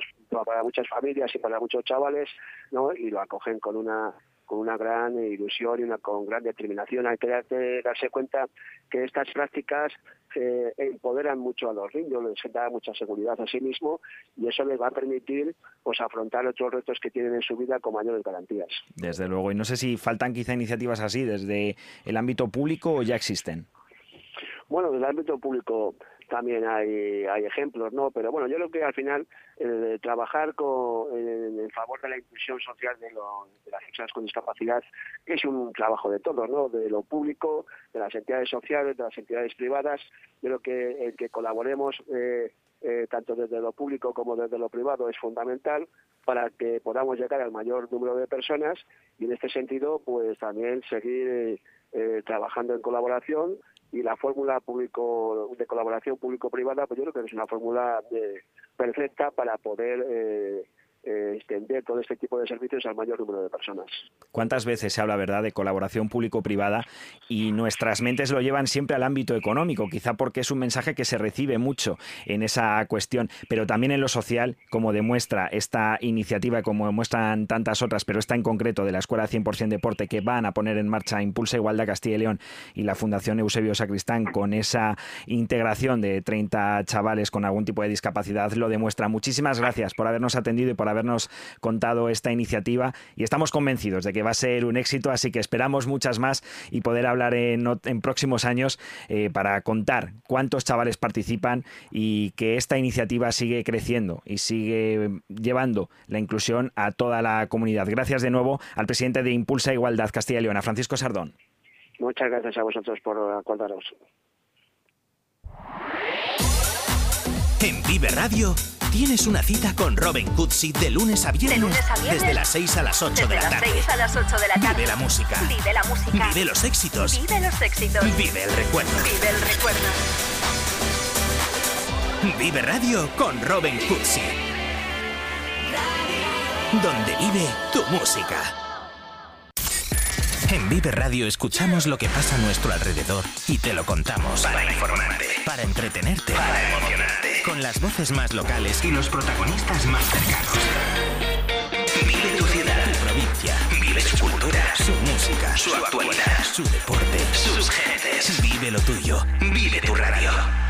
Speaker 6: muchas familias y para muchos chavales, ¿no? Y lo acogen con una gran ilusión y con gran determinación. Hay que darse cuenta que estas prácticas empoderan mucho a los niños, les da mucha seguridad a sí mismo, y eso les va a permitir pues afrontar otros retos que tienen en su vida con mayores garantías.
Speaker 2: Desde luego, y no sé si faltan quizá iniciativas así desde el ámbito público o ya existen.
Speaker 6: Bueno, desde el ámbito público también hay ejemplos, ¿no? Pero bueno, yo creo que al final trabajar en favor de la inclusión social de las personas con discapacidad es un trabajo de todos, ¿no? De lo público, de las entidades sociales, de las entidades privadas. Yo creo que el que colaboremos tanto desde lo público como desde lo privado es fundamental para que podamos llegar al mayor número de personas, y en este sentido pues también seguir trabajando en colaboración. Y la fórmula de colaboración público-privada, pues yo creo que es una fórmula perfecta para poder extender todo este tipo de servicios al mayor número de personas.
Speaker 2: ¿Cuántas veces se habla, verdad, de colaboración público-privada y nuestras mentes lo llevan siempre al ámbito económico? Quizá porque es un mensaje que se recibe mucho en esa cuestión, pero también en lo social, como demuestra esta iniciativa y como demuestran tantas otras, pero esta en concreto de la Escuela 100% Deporte, que van a poner en marcha Impulsa Igualdad Castilla y León y la Fundación Eusebio Sacristán, con esa integración de 30 chavales con algún tipo de discapacidad, lo demuestra. Muchísimas gracias por habernos atendido y por habernos contado esta iniciativa, y estamos convencidos de que va a ser un éxito, así que esperamos muchas más y poder hablar en próximos años para contar cuántos chavales participan y que esta iniciativa sigue creciendo y sigue llevando la inclusión a toda la comunidad. Gracias de nuevo al presidente de Impulsa Igualdad Castilla y León, a Francisco Sardón.
Speaker 6: Muchas gracias a vosotros por acordaros.
Speaker 3: En Vive Radio tienes una cita con Robin Cutsi de lunes a viernes, desde las 6 a las 8 de la tarde. Vive la música. Vive los éxitos. Vive el recuerdo. Vive Radio con Robin Cutsi. Donde vive tu música. En Vive Radio escuchamos lo que pasa a nuestro alrededor y te lo contamos. Para informarte, para entretenerte, para emocionarte. Con las voces más locales y los protagonistas más cercanos. Vive tu ciudad, tu provincia. Vive su cultura, su música, su actualidad, su deporte, sus gentes. Vive lo tuyo. Vive tu radio.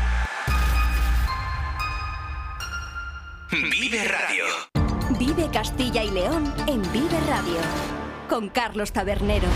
Speaker 3: Vive Radio.
Speaker 1: Vive Castilla y León en Vive Radio. Con Carlos Tabernero.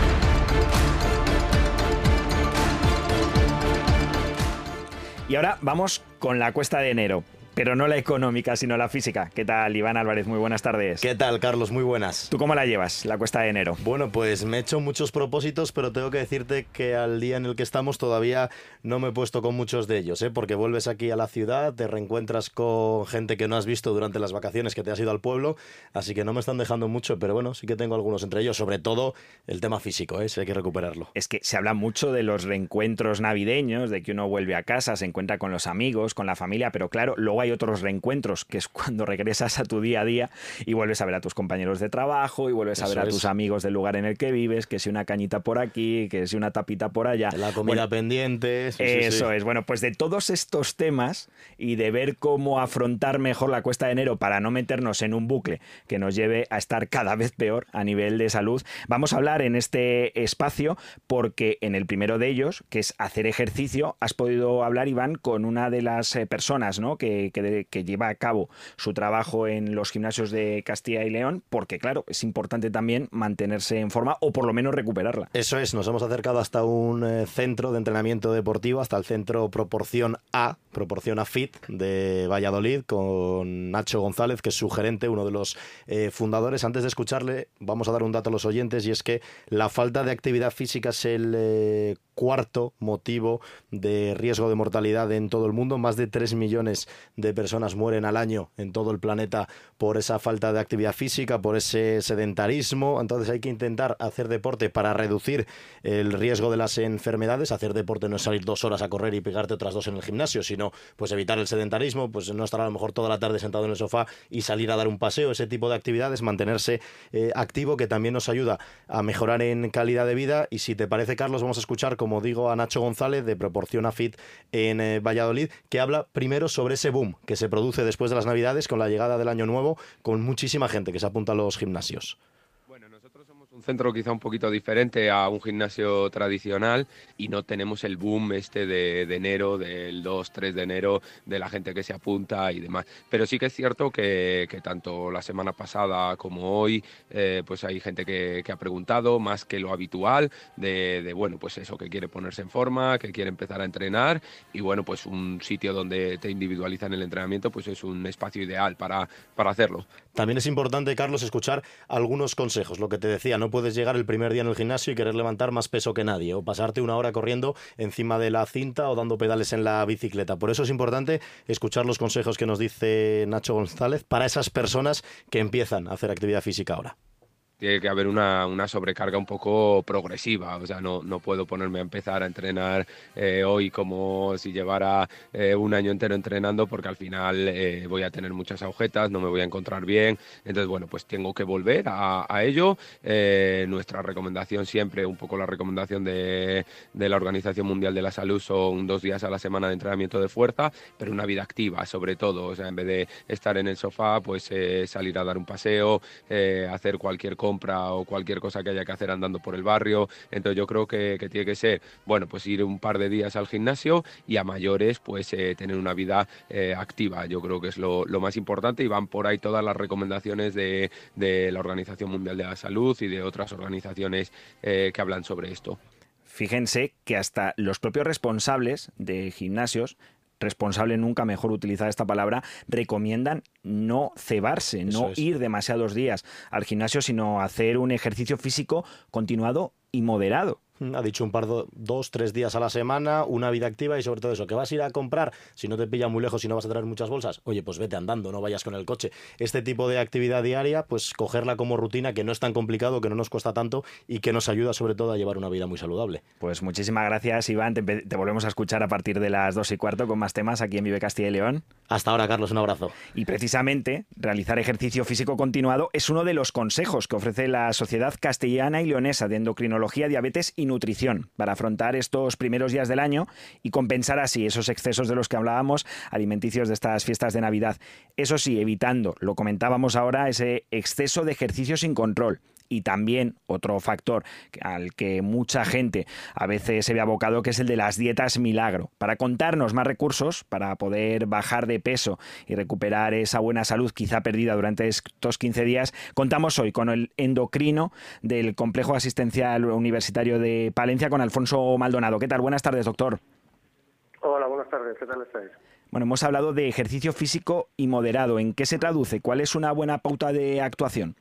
Speaker 2: Y ahora vamos con la cuesta de enero. Pero no la económica, sino la física. ¿Qué tal, Iván Álvarez? Muy buenas tardes.
Speaker 7: ¿Qué tal, Carlos? Muy buenas.
Speaker 2: ¿Tú cómo la llevas, la cuesta de enero?
Speaker 7: Bueno, pues me he hecho muchos propósitos, pero tengo que decirte que al día en el que estamos todavía no me he puesto con muchos de ellos, ¿eh? Porque vuelves aquí a la ciudad, te reencuentras con gente que no has visto durante las vacaciones que te has ido al pueblo, así que no me están dejando mucho, pero bueno, sí que tengo algunos entre ellos, sobre todo el tema físico, ¿eh? Sí, hay que recuperarlo.
Speaker 2: Es que se habla mucho de los reencuentros navideños, de que uno vuelve a casa, se encuentra con los amigos, con la familia, pero claro, luego hay otros reencuentros, que es cuando regresas a tu día a día y vuelves a ver a tus compañeros de trabajo y vuelves a ver a tus amigos del lugar en el que vives, que si una cañita por aquí, que si una tapita por allá.
Speaker 7: La comida pendiente. Sí,
Speaker 2: eso es. Bueno, pues de todos estos temas y de ver cómo afrontar mejor la cuesta de enero para no meternos en un bucle que nos lleve a estar cada vez peor a nivel de salud, vamos a hablar en este espacio porque en el primero de ellos, que es hacer ejercicio, has podido hablar, Iván, con una de las personas, ¿no?, que lleva a cabo su trabajo en los gimnasios de Castilla y León, porque claro, es importante también mantenerse en forma o por lo menos recuperarla.
Speaker 7: Eso es, nos hemos acercado hasta un centro de entrenamiento deportivo, hasta el centro Proporción A Fit de Valladolid, con Nacho González, que es su gerente, uno de los fundadores. Antes de escucharle, vamos a dar un dato a los oyentes, y es que la falta de actividad física es el cuarto motivo de riesgo de mortalidad en todo el mundo. Más de 3 millones de personas mueren al año en todo el planeta por esa falta de actividad física, por ese sedentarismo. Entonces hay que intentar hacer deporte para reducir el riesgo de las enfermedades. Hacer deporte no es salir 2 horas a correr y pegarte otras 2 en el gimnasio, sino pues evitar el sedentarismo, pues no estar a lo mejor toda la tarde sentado en el sofá y salir a dar un paseo. Ese tipo de actividades, mantenerse activo, que también nos ayuda a mejorar en calidad de vida. Y si te parece, Carlos, vamos a escuchar, como digo, a Nacho González de Proporción A Fit en Valladolid, que habla primero sobre ese boom que se produce después de las Navidades con la llegada del Año Nuevo, con muchísima gente que se apunta a los gimnasios.
Speaker 8: Bueno, nosotros somos un centro quizá un poquito diferente a un gimnasio tradicional y no tenemos el boom de enero, del 2-3 de enero, de la gente que se apunta y demás. Pero sí que es cierto que tanto la semana pasada como hoy, pues hay gente que ha preguntado más que lo habitual, bueno, pues eso, que quiere ponerse en forma, que quiere empezar a entrenar, y bueno, pues un sitio donde te individualizan el entrenamiento, pues es un espacio ideal para hacerlo.
Speaker 7: También es importante, Carlos, escuchar algunos consejos. Lo que te decía, no puedes llegar el primer día en el gimnasio y querer levantar más peso que nadie, o pasarte 1 hora corriendo encima de la cinta o dando pedales en la bicicleta. Por eso es importante escuchar los consejos que nos dice Nacho González para esas personas que empiezan a hacer actividad física ahora.
Speaker 8: Tiene que haber una sobrecarga un poco progresiva, o sea, no puedo ponerme a empezar a entrenar hoy como si llevara un año entero entrenando, porque al final voy a tener muchas agujetas, no me voy a encontrar bien. Entonces, bueno, pues tengo que volver a ello. Nuestra recomendación siempre, un poco la recomendación de la Organización Mundial de la Salud, son 2 días a la semana de entrenamiento de fuerza, pero una vida activa sobre todo, o sea, en vez de estar en el sofá, pues salir a dar un paseo, hacer cualquier compra o cualquier cosa que haya que hacer andando por el barrio. Entonces yo creo que tiene que ser, bueno, pues ir un par de días al gimnasio, y a mayores pues tener una vida activa. Yo creo que es lo más importante, y van por ahí todas las recomendaciones de la Organización Mundial de la Salud y de otras organizaciones que hablan sobre esto.
Speaker 2: Fíjense que hasta los propios responsables de gimnasios, responsable nunca mejor utilizar esta palabra, recomiendan no cebarse, no ir demasiados días al gimnasio, sino hacer un ejercicio físico continuado y moderado.
Speaker 7: Ha dicho 2-3 días a la semana, una vida activa y sobre todo eso, que vas a ir a comprar, si no te pilla muy lejos y no vas a traer muchas bolsas, oye, pues vete andando, no vayas con el coche. Este tipo de actividad diaria, pues cogerla como rutina, que no es tan complicado, que no nos cuesta tanto y que nos ayuda sobre todo a llevar una vida muy saludable.
Speaker 2: Pues muchísimas gracias, Iván. Te volvemos a escuchar a partir de las 2:15 con más temas aquí en Vive Castilla y León.
Speaker 7: Hasta ahora, Carlos, un abrazo.
Speaker 2: Y precisamente, realizar ejercicio físico continuado es uno de los consejos que ofrece la Sociedad Castellana y Leonesa de Endocrinología, Diabetes y Nutrición para afrontar estos primeros días del año y compensar así esos excesos de los que hablábamos alimenticios de estas fiestas de Navidad. Eso sí, evitando, lo comentábamos ahora, ese exceso de ejercicio sin control. Y también otro factor al que mucha gente a veces se ve abocado, que es el de las dietas milagro. Para contarnos más recursos, para poder bajar de peso y recuperar esa buena salud quizá perdida durante estos 15 días, contamos hoy con el endocrino del Complejo Asistencial Universitario de Palencia, con Alfonso Maldonado. ¿Qué tal? Buenas tardes, doctor.
Speaker 9: Hola, buenas tardes. ¿Qué tal estáis?
Speaker 2: Bueno, hemos hablado de ejercicio físico y moderado. ¿En qué se traduce? ¿Cuál es una buena pauta de actuación?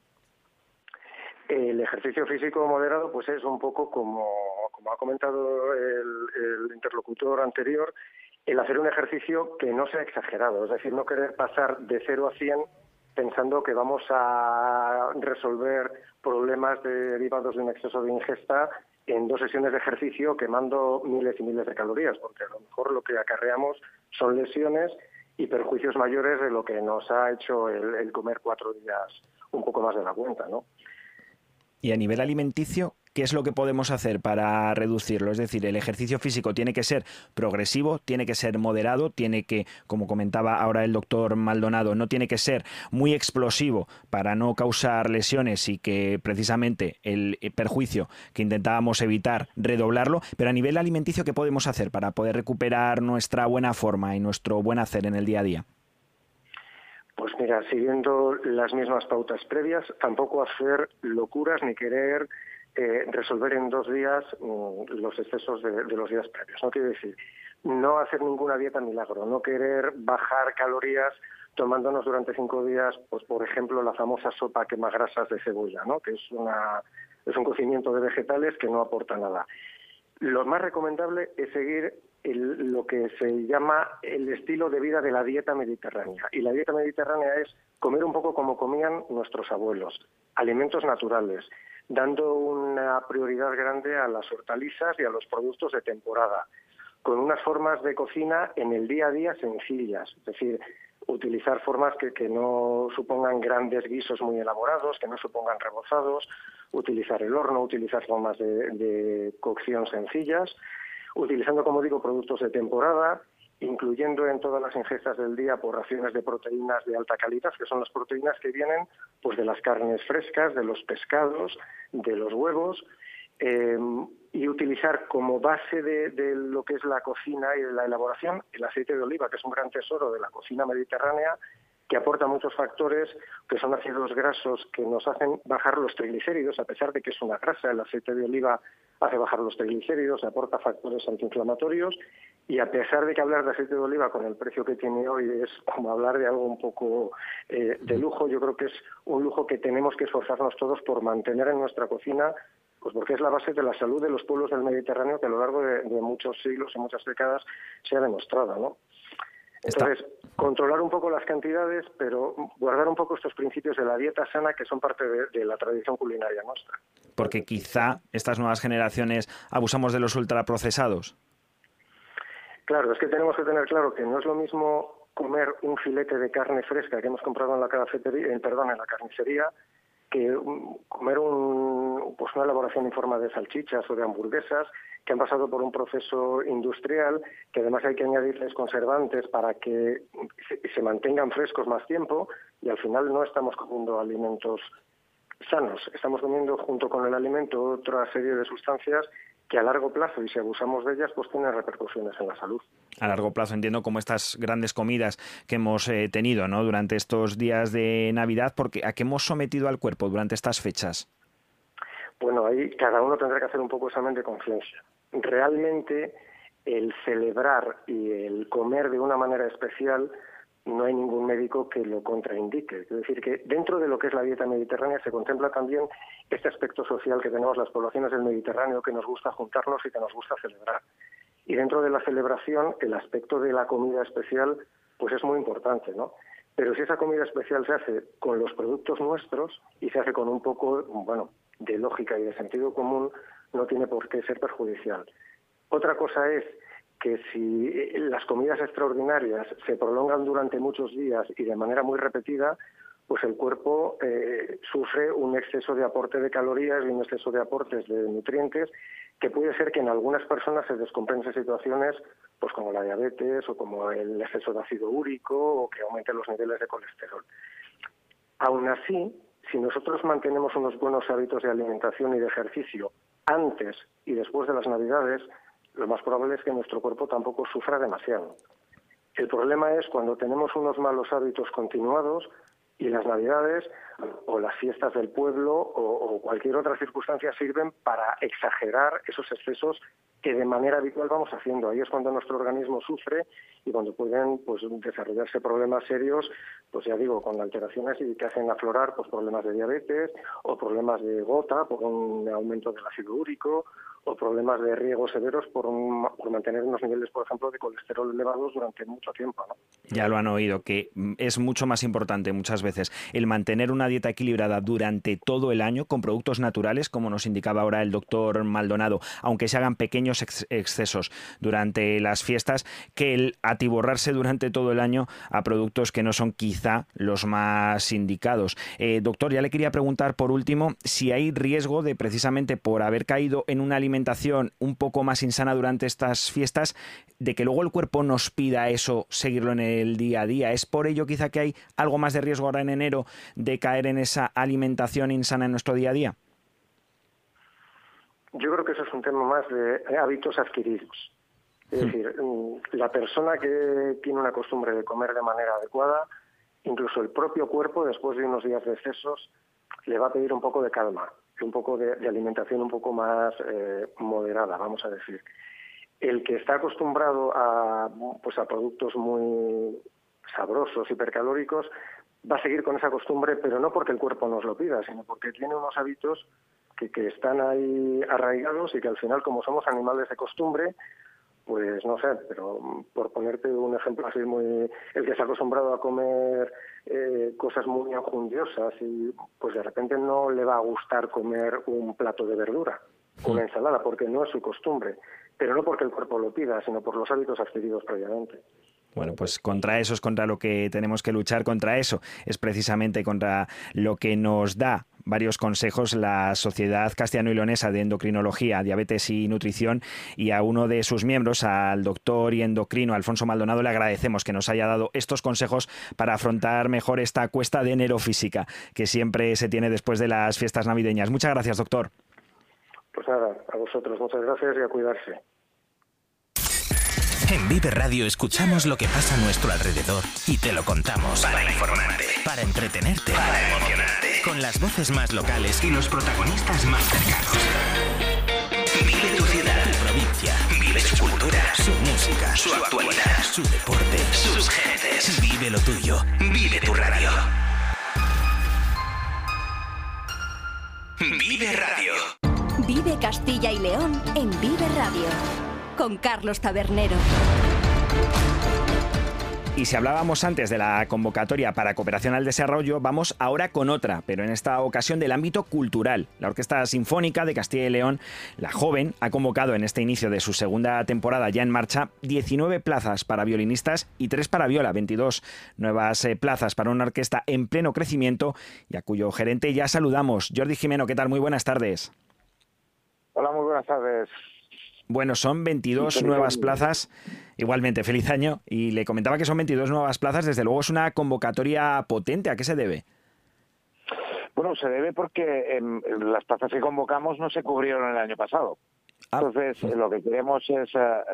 Speaker 9: El ejercicio físico moderado pues es un poco como ha comentado el interlocutor anterior, el hacer un ejercicio que no sea exagerado, es decir, no querer pasar de 0 a 100 pensando que vamos a resolver problemas derivados de un exceso de ingesta en 2 sesiones de ejercicio quemando miles y miles de calorías, porque a lo mejor lo que acarreamos son lesiones y perjuicios mayores de lo que nos ha hecho el comer 4 días un poco más de la cuenta, ¿no?
Speaker 2: Y a nivel alimenticio, ¿qué es lo que podemos hacer para reducirlo? Es decir, el ejercicio físico tiene que ser progresivo, tiene que ser moderado, tiene que, como comentaba ahora el doctor Maldonado, no tiene que ser muy explosivo para no causar lesiones y que precisamente el perjuicio que intentábamos evitar, redoblarlo. Pero a nivel alimenticio, ¿qué podemos hacer para poder recuperar nuestra buena forma y nuestro buen hacer en el día a día?
Speaker 9: Pues mira, siguiendo las mismas pautas previas, tampoco hacer locuras ni querer resolver en 2 días los excesos de los días previos. No quiero decir, no hacer ninguna dieta milagro, no querer bajar calorías tomándonos durante 5 días, pues por ejemplo, la famosa sopa quemagrasas de cebolla, ¿no? Que es un cocimiento de vegetales que no aporta nada. Lo más recomendable es seguir lo que se llama el estilo de vida de la dieta mediterránea. Y la dieta mediterránea es comer un poco como comían nuestros abuelos, alimentos naturales, dando una prioridad grande a las hortalizas y a los productos de temporada, con unas formas de cocina en el día a día sencillas, es decir, utilizar formas que no supongan grandes guisos muy elaborados, que no supongan rebozados, utilizar el horno, utilizar formas de cocción sencillas, utilizando, como digo, productos de temporada, incluyendo en todas las ingestas del día por raciones de proteínas de alta calidad, que son las proteínas que vienen pues de las carnes frescas, de los pescados, de los huevos, y utilizar como base de lo que es la cocina y de la elaboración el aceite de oliva, que es un gran tesoro de la cocina mediterránea, que aporta muchos factores, que son ácidos grasos que nos hacen bajar los triglicéridos, a pesar de que es una grasa. El aceite de oliva hace bajar los triglicéridos, aporta factores antiinflamatorios, y a pesar de que hablar de aceite de oliva con el precio que tiene hoy es como hablar de algo un poco de lujo, yo creo que es un lujo que tenemos que esforzarnos todos por mantener en nuestra cocina, pues porque es la base de la salud de los pueblos del Mediterráneo, que a lo largo de muchos siglos y muchas décadas se ha demostrado, ¿no? Entonces, controlar un poco las cantidades, pero guardar un poco estos principios de la dieta sana que son parte de la tradición culinaria nuestra.
Speaker 2: Porque quizá estas nuevas generaciones abusamos de los ultraprocesados.
Speaker 9: Claro, es que tenemos que tener claro que no es lo mismo comer un filete de carne fresca que hemos comprado en la carnicería, que comer una elaboración en forma de salchichas o de hamburguesas que han pasado por un proceso industrial, que además hay que añadirles conservantes para que se mantengan frescos más tiempo, y al final no estamos comiendo alimentos sanos, estamos comiendo junto con el alimento otra serie de sustancias que a largo plazo, y si abusamos de ellas, pues tienen repercusiones en la salud.
Speaker 2: A largo plazo, entiendo, como estas grandes comidas que hemos tenido, ¿no?, durante estos días de Navidad, porque ¿a qué hemos sometido al cuerpo durante estas fechas?
Speaker 9: Bueno, ahí cada uno tendrá que hacer un poco examen de conciencia. Realmente el celebrar y el comer de una manera especial no hay ningún médico que lo contraindique. Es decir, que dentro de lo que es la dieta mediterránea se contempla también este aspecto social que tenemos las poblaciones del Mediterráneo, que nos gusta juntarnos y que nos gusta celebrar. Y dentro de la celebración, el aspecto de la comida especial pues es muy importante, ¿no? Pero si esa comida especial se hace con los productos nuestros y se hace con un poco, bueno, de lógica y de sentido común, no tiene por qué ser perjudicial. Otra cosa es que si las comidas extraordinarias se prolongan durante muchos días y de manera muy repetida, pues el cuerpo sufre un exceso de aporte de calorías y un exceso de aportes de nutrientes que puede ser que en algunas personas se descompensen situaciones pues como la diabetes o como el exceso de ácido úrico o que aumenten los niveles de colesterol. Aún así, si nosotros mantenemos unos buenos hábitos de alimentación y de ejercicio antes y después de las Navidades, lo más probable es que nuestro cuerpo tampoco sufra demasiado. El problema es cuando tenemos unos malos hábitos continuados y las Navidades o las fiestas del pueblo o cualquier otra circunstancia sirven para exagerar esos excesos que de manera habitual vamos haciendo. Ahí es cuando nuestro organismo sufre y cuando pueden pues desarrollarse problemas serios, pues ya digo, con alteraciones y que hacen aflorar pues problemas de diabetes o problemas de gota por un aumento del ácido úrico o problemas de riego severos por mantener unos niveles, por ejemplo, de colesterol elevados durante mucho tiempo, ¿no?
Speaker 2: Ya lo han oído, que es mucho más importante muchas veces el mantener una dieta equilibrada durante todo el año con productos naturales, como nos indicaba ahora el doctor Maldonado, aunque se hagan pequeños excesos durante las fiestas, que el atiborrarse durante todo el año a productos que no son quizá los más indicados. Doctor, ya le quería preguntar por último si hay riesgo de, precisamente por haber caído en una alimentación un poco más insana durante estas fiestas, de que luego el cuerpo nos pida eso, seguirlo en el día a día. ¿Es por ello quizá que hay algo más de riesgo ahora en enero de caer en esa alimentación insana en nuestro día a día?
Speaker 9: Yo creo que eso es un tema más de hábitos adquiridos. Es decir, la persona que tiene una costumbre de comer de manera adecuada, incluso el propio cuerpo, después de unos días de excesos, le va a pedir un poco de calma, un poco de alimentación un poco más moderada, vamos a decir. El que está acostumbrado a productos muy sabrosos, hipercalóricos, va a seguir con esa costumbre, pero no porque el cuerpo nos lo pida, sino porque tiene unos hábitos que están ahí arraigados y que al final, como somos animales de costumbre, pues no sé, pero por ponerte un ejemplo así muy... El que está acostumbrado a comer cosas muy enjundiosas y pues de repente no le va a gustar comer un plato de verdura, una ensalada, porque no es su costumbre, pero no porque el cuerpo lo pida, sino por los hábitos adquiridos previamente.
Speaker 2: Bueno, pues contra eso es contra lo que tenemos que luchar, contra eso es precisamente contra lo que nos da varios consejos la Sociedad Castellano y Leonesa de Endocrinología, Diabetes y Nutrición, y a uno de sus miembros, al doctor y endocrino Alfonso Maldonado, le agradecemos que nos haya dado estos consejos para afrontar mejor esta cuesta de enero física que siempre se tiene después de las fiestas navideñas. Muchas gracias, doctor.
Speaker 9: Pues nada, a vosotros muchas gracias y a cuidarse.
Speaker 3: En Vive Radio escuchamos lo que pasa a nuestro alrededor y te lo contamos para informarte, para entretenerte, para emocionarte, con las voces más locales y los protagonistas más cercanos. Vive tu ciudad, tu provincia, vive su cultura, su música, su actualidad, su deporte, sus gentes. Vive lo tuyo, vive tu radio. Vive Radio.
Speaker 1: Vive Castilla y León en Vive Radio. Con Carlos Tabernero.
Speaker 2: Y si hablábamos antes de la convocatoria para cooperación al desarrollo, vamos ahora con otra, pero en esta ocasión del ámbito cultural. La Orquesta Sinfónica de Castilla y León, la joven, ha convocado en este inicio de su segunda temporada ya en marcha 19 plazas para violinistas y 3 para viola, 22 nuevas plazas para una orquesta en pleno crecimiento y a cuyo gerente ya saludamos. Jordi Jimeno, ¿qué tal? Muy buenas tardes.
Speaker 10: Hola, muy buenas tardes.
Speaker 2: Bueno, son 22 nuevas plazas. Igualmente, feliz año. Y le comentaba que son 22 nuevas plazas. Desde luego es una convocatoria potente. ¿A qué se debe?
Speaker 10: Bueno, se debe porque las plazas que convocamos no se cubrieron el año pasado. Entonces, lo que queremos es,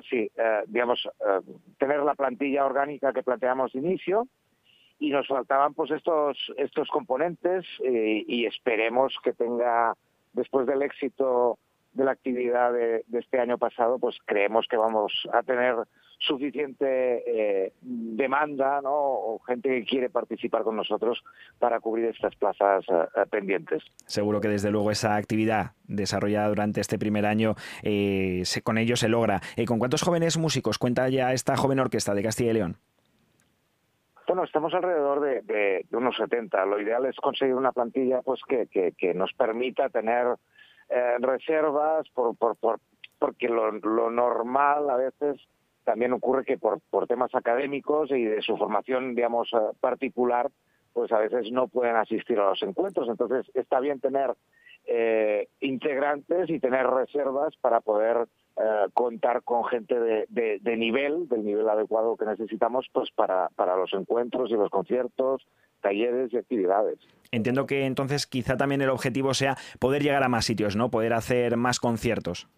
Speaker 10: tener la plantilla orgánica que planteamos de inicio y nos faltaban pues estos componentes y esperemos que tenga, después del éxito de la actividad de este año pasado, pues creemos que vamos a tener suficiente demanda, ¿no? O gente que quiere participar con nosotros para cubrir estas plazas pendientes.
Speaker 2: Seguro que desde luego esa actividad desarrollada durante este primer año con ello se logra. ¿Con cuántos jóvenes músicos cuenta ya esta joven orquesta de Castilla y León?
Speaker 10: Bueno, estamos alrededor de unos 70. Lo ideal es conseguir una plantilla pues que nos permita tener reservas porque lo normal a veces también ocurre que por temas académicos y de su formación, digamos, particular, pues a veces no pueden asistir a los encuentros. Entonces está bien tener integrantes y tener reservas para poder contar con gente del nivel adecuado que necesitamos pues para los encuentros y los conciertos, talleres y actividades.
Speaker 2: Entiendo que entonces quizá también el objetivo sea poder llegar a más sitios, ¿no? Poder hacer más conciertos.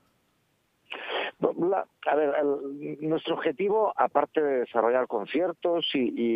Speaker 10: Nuestro objetivo, aparte de desarrollar conciertos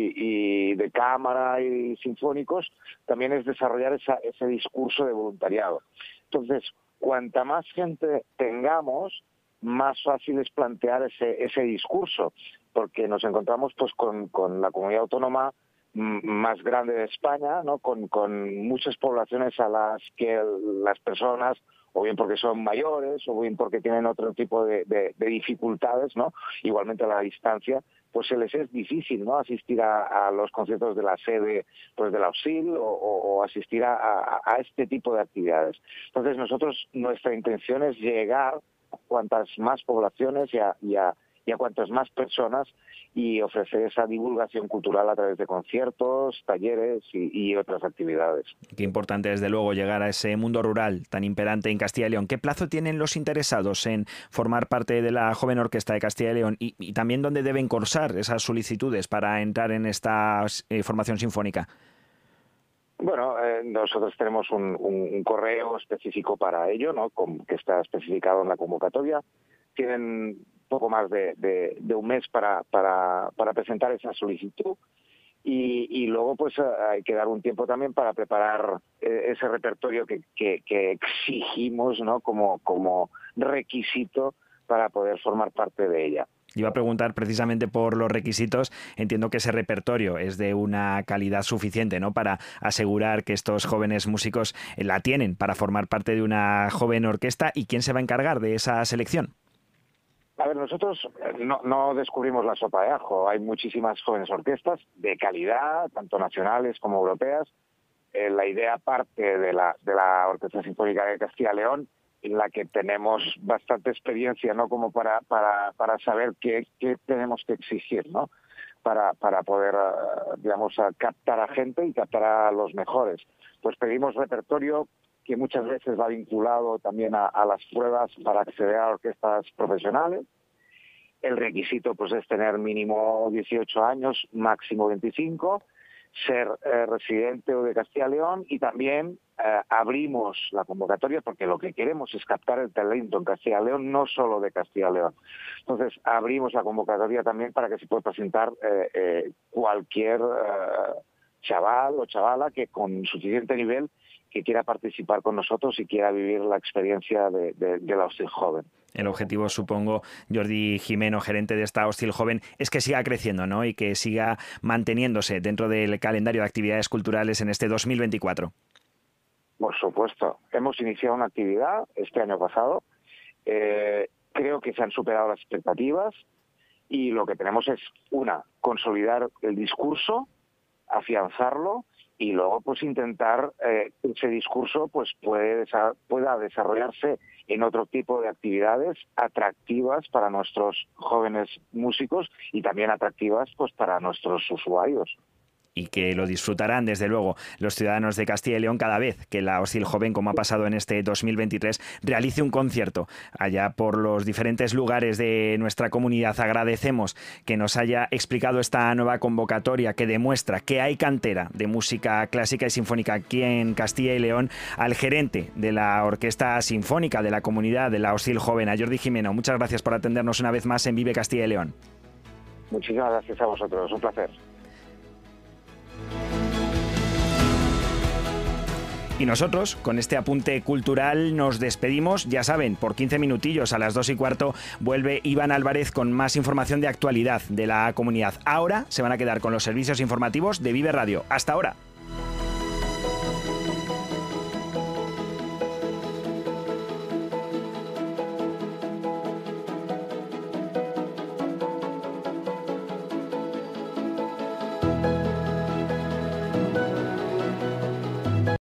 Speaker 10: y de cámara y sinfónicos, también es desarrollar ese discurso de voluntariado. Entonces, cuanta más gente tengamos, más fácil es plantear ese discurso, porque nos encontramos pues con la comunidad autónoma más grande de España, ¿no? Con muchas poblaciones a las que las personas, o bien porque son mayores, o bien porque tienen otro tipo de dificultades, ¿no? Igualmente a la distancia, pues se les es difícil, ¿no? Asistir a los conciertos de la sede pues de la OSIL o asistir a este tipo de actividades. Entonces nuestra intención es llegar a cuantas más poblaciones y a cuantas más personas y ofrecer esa divulgación cultural a través de conciertos, talleres y otras actividades.
Speaker 2: Qué importante, desde luego, llegar a ese mundo rural tan imperante en Castilla y León. ¿Qué plazo tienen los interesados en formar parte de la Joven Orquesta de Castilla y León y también dónde deben cursar esas solicitudes para entrar en esta formación sinfónica?
Speaker 10: Bueno, nosotros tenemos un correo específico para ello, ¿no? Que está especificado en la convocatoria. Tienen poco más de un mes para presentar esa solicitud y luego pues hay que dar un tiempo también para preparar ese repertorio que exigimos, ¿no? como requisito para poder formar parte de ella.
Speaker 2: Iba a preguntar precisamente por los requisitos. Entiendo que ese repertorio es de una calidad suficiente, ¿no? Para asegurar que estos jóvenes músicos la tienen para formar parte de una joven orquesta. ¿Y quién se va a encargar de esa selección?
Speaker 10: A ver, nosotros no descubrimos la sopa de ajo. Hay muchísimas jóvenes orquestas de calidad, tanto nacionales como europeas. La idea parte de la Orquesta Sinfónica de Castilla y León, en la que tenemos bastante experiencia, ¿no? Como para saber qué tenemos que exigir, ¿no? Para poder, digamos, captar a gente y captar a los mejores. Pues pedimos repertorio que muchas veces va vinculado también a las pruebas para acceder a orquestas profesionales. El requisito pues es tener mínimo 18 años, máximo 25, ser residente o de Castilla y León, y también abrimos la convocatoria porque lo que queremos es captar el talento en Castilla y León, no solo de Castilla y León. Entonces abrimos la convocatoria también para que se pueda presentar cualquier chaval o chavala que con suficiente nivel que quiera participar con nosotros y quiera vivir la experiencia de la OSIL Joven.
Speaker 2: El objetivo, supongo, Jordi Jimeno, gerente de esta OSIL Joven, es que siga creciendo, ¿no? Y que siga manteniéndose dentro del calendario de actividades culturales en este 2024.
Speaker 10: Por supuesto. Hemos iniciado una actividad este año pasado. Creo que se han superado las expectativas y lo que tenemos es, consolidar el discurso, afianzarlo y luego pues intentar que ese discurso pues pueda desarrollarse en otro tipo de actividades atractivas para nuestros jóvenes músicos y también atractivas pues para nuestros usuarios.
Speaker 2: Y que lo disfrutarán, desde luego, los ciudadanos de Castilla y León cada vez que la OSIL Joven, como ha pasado en este 2023, realice un concierto allá por los diferentes lugares de nuestra comunidad. Agradecemos que nos haya explicado esta nueva convocatoria que demuestra que hay cantera de música clásica y sinfónica aquí en Castilla y León, al gerente de la Orquesta Sinfónica de la comunidad de la OSIL Joven, a Jordi Jimeno. Muchas gracias por atendernos una vez más en Vive Castilla y León.
Speaker 10: Muchísimas gracias a vosotros, un placer.
Speaker 2: Y nosotros, con este apunte cultural, nos despedimos. Ya saben, por 15 minutillos a las 2:15 vuelve Iván Álvarez con más información de actualidad de la comunidad. Ahora se van a quedar con los servicios informativos de Vive Radio. Hasta ahora.